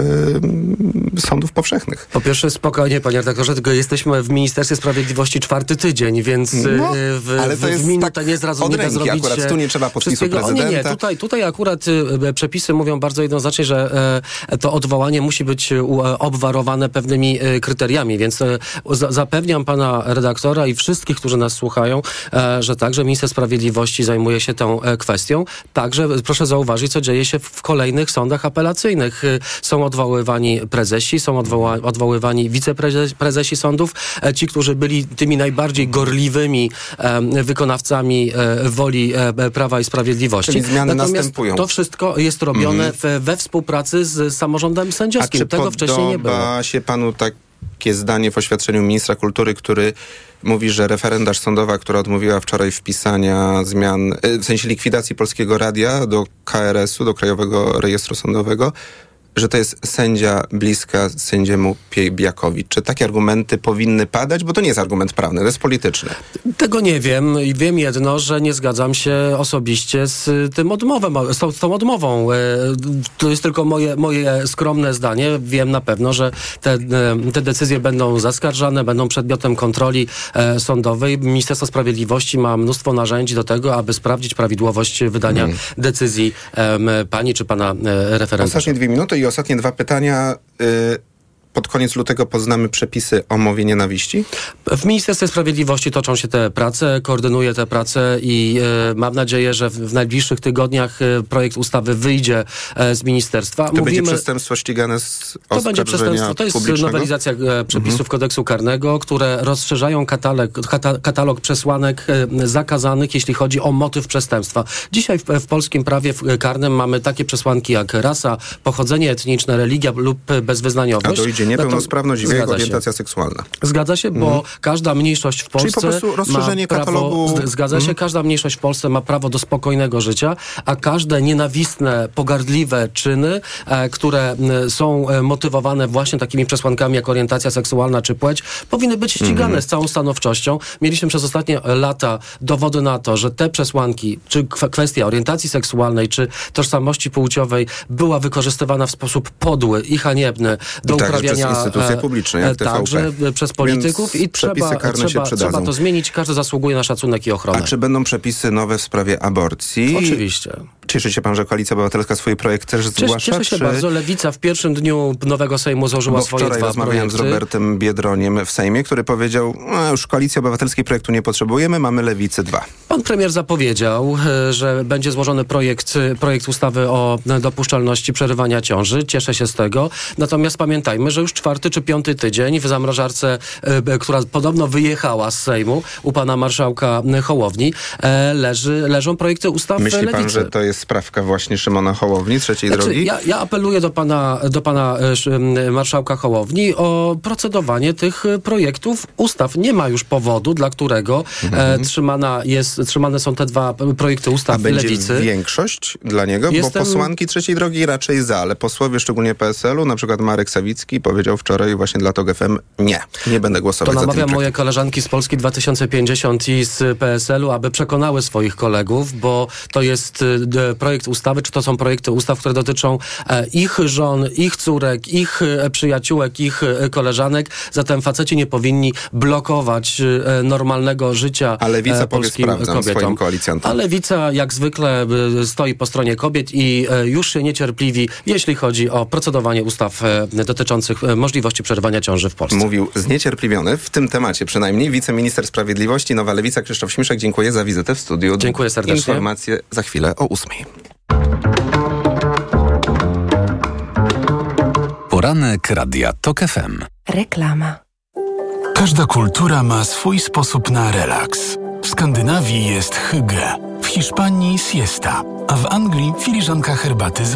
S12: yy, sądów powszechnych.
S4: Po pierwsze, spokojnie, panie redaktorze, tylko jesteśmy w Ministerstwie Sprawiedliwości czwarty tydzień, więc no, w,
S12: ale to
S4: w,
S12: jest
S4: w minutę
S12: tak
S4: nie, zra- nie da zrobić
S12: akurat tu nie trzeba podpisu prezydenta.
S4: O nie, nie, tutaj, tutaj akurat y, przepisy mówią bardzo jednoznacznie, że y, to odwołanie musi być y, obwarowane pewnymi y, kryteriami, więc y, za, zapewniam pana redaktora i wszystkich, którzy nas słuchają, y, że także Minister Sprawiedliwości zajmuje się tą y, kwestią. Także proszę zauważyć, co dzieje się w kolejnych sądach apelacyjnych. Są odwoływani prezesi, są odwoła- odwoływani wiceprezesi sądów, ci, którzy byli tymi najbardziej gorliwymi e, wykonawcami e, woli e, Prawa i Sprawiedliwości.
S12: Czyli zmiany
S4: Natomiast
S12: następują.
S4: to wszystko jest robione mm-hmm. w, we współpracy z samorządem sędziowskim.
S12: A czy
S4: Tego wcześniej nie było.
S12: podoba się panu takie zdanie w oświadczeniu ministra kultury, który mówi, że referendarz sądowa, która odmówiła wczoraj wpisania zmian, w sensie likwidacji Polskiego Radia do K R S-u, do Krajowego Rejestru Sądowego, że to jest sędzia bliska sędziemu Piebiakowi. Czy takie argumenty powinny padać? Bo to nie jest argument prawny, to jest polityczny.
S4: Tego nie wiem i wiem jedno, że nie zgadzam się osobiście z tym odmową, z tą, z tą odmową. To jest tylko moje, moje skromne zdanie. Wiem na pewno, że te, te decyzje będą zaskarżane, będą przedmiotem kontroli e, sądowej. Ministerstwo Sprawiedliwości ma mnóstwo narzędzi do tego, aby sprawdzić prawidłowość wydania hmm. decyzji e, pani czy pana e, referenta.
S12: Ostatnie dwie minuty i ostatnie dwa pytania. Y- Pod koniec lutego poznamy przepisy o mowie nienawiści?
S4: W Ministerstwie Sprawiedliwości toczą się te prace, koordynuję te prace i e, mam nadzieję, że w, w najbliższych tygodniach e, projekt ustawy wyjdzie e, z ministerstwa.
S12: To
S4: Mówimy,
S12: będzie przestępstwo ścigane z
S4: To będzie przestępstwo. To jest
S12: publicznego?
S4: nowelizacja e, przepisów mhm. kodeksu karnego, które rozszerzają katalog, kata, katalog przesłanek e, zakazanych, jeśli chodzi o motyw przestępstwa. Dzisiaj w, w polskim prawie karnym mamy takie przesłanki jak rasa, pochodzenie etniczne, religia lub bezwyznaniowość.
S12: A dojdzie niepełnosprawność, wiek,
S4: Zgadza
S12: orientacja
S4: się.
S12: seksualna.
S4: Zgadza się, bo
S12: Mhm.
S4: każda mniejszość w Polsce
S12: Czyli po prostu rozszerzenie
S4: ma prawo,
S12: katalogu.
S4: z- Zgadza się,
S12: Mhm.
S4: każda mniejszość w Polsce ma prawo do spokojnego życia, a każde nienawistne, pogardliwe czyny, e, które m, są e, motywowane właśnie takimi przesłankami jak orientacja seksualna czy płeć, powinny być ścigane
S12: Mhm.
S4: z całą stanowczością. Mieliśmy przez ostatnie lata dowody na to, że te przesłanki, czy kw- kwestia orientacji seksualnej, czy tożsamości płciowej była wykorzystywana w sposób podły i haniebny do
S12: Także
S4: uprawiania
S12: przez instytucje
S4: e,
S12: publiczne, jak
S4: e,
S12: T V P.
S4: Także e, przez polityków
S12: Więc
S4: i trzeba,
S12: przepisy karne się
S4: trzeba,
S12: przydadzą.
S4: trzeba to zmienić. Każdy zasługuje na szacunek i ochronę.
S12: A czy będą przepisy nowe w sprawie aborcji?
S4: Oczywiście.
S12: Cieszy się pan, że Koalicja Obywatelska swój projekt też
S4: Cieszę,
S12: zgłasza?
S4: cieszę się
S12: czy...
S4: bardzo. Lewica w pierwszym dniu nowego Sejmu złożyła
S12: Bo
S4: swoje
S12: wczoraj
S4: dwa
S12: rozmawiałem
S4: projekty.
S12: z Robertem Biedroniem w Sejmie, który powiedział, no, już Koalicji Obywatelskiej projektu nie potrzebujemy, mamy Lewicy dwa.
S4: Pan premier zapowiedział, e, że będzie złożony projekt, projekt ustawy o dopuszczalności przerywania ciąży. Cieszę się z tego. Natomiast pamiętajmy, że już czwarty czy piąty tydzień w zamrażarce, e, która podobno wyjechała z Sejmu u pana marszałka Hołowni, e, leży, leżą projekty ustaw
S12: Myśli
S4: Lewicy.
S12: pan, że to jest sprawka właśnie Szymona Hołowni, trzeciej
S4: Znaczy,
S12: drogi?
S4: ja, ja apeluję do pana, do pana e, sz- m, marszałka Hołowni o procedowanie tych e, projektów ustaw. Nie ma już powodu, dla którego
S12: Mhm.
S4: e, trzymana jest, trzymane są te dwa p- projekty ustaw
S12: A będzie
S4: Lewicy.
S12: większość dla niego?
S4: Jestem-
S12: Bo posłanki trzeciej drogi raczej za, ale posłowie, szczególnie P S L u, na przykład Marek Sawicki powiedział wczoraj właśnie dla TOG F M, nie, nie będę
S4: To
S12: głosować za tym
S4: namawiam
S12: projektem.
S4: moje koleżanki z Polski dwa tysiące pięćdziesiąt i z P S L u, aby przekonały swoich kolegów, bo to jest y, d- projekt ustawy, czy to są projekty ustaw, które dotyczą e, ich żon, ich córek, ich e, przyjaciółek, ich e, koleżanek. Zatem faceci nie powinni blokować e, normalnego życia
S12: A Lewica
S4: e,
S12: powie,
S4: polskim
S12: sprawdzam
S4: kobietom.
S12: swoim koalicjantom.
S4: A Lewica jak zwykle e, stoi po stronie kobiet i e, już się niecierpliwi, jeśli chodzi o procedowanie ustaw e, dotyczących e, możliwości przerywania ciąży w Polsce.
S12: Mówił zniecierpliwiony w tym temacie przynajmniej wiceminister sprawiedliwości, Nowa Lewica, Krzysztof Śmiszek. Dziękuję za wizytę w studiu.
S4: Dziękuję serdecznie.
S12: Informacje za chwilę o ósmej.
S11: Poranek Radia Tok F M.
S5: Reklama.
S19: Każda kultura ma swój sposób na relaks. W Skandynawii jest hygge, w Hiszpanii siesta, a w Anglii filiżanka herbaty z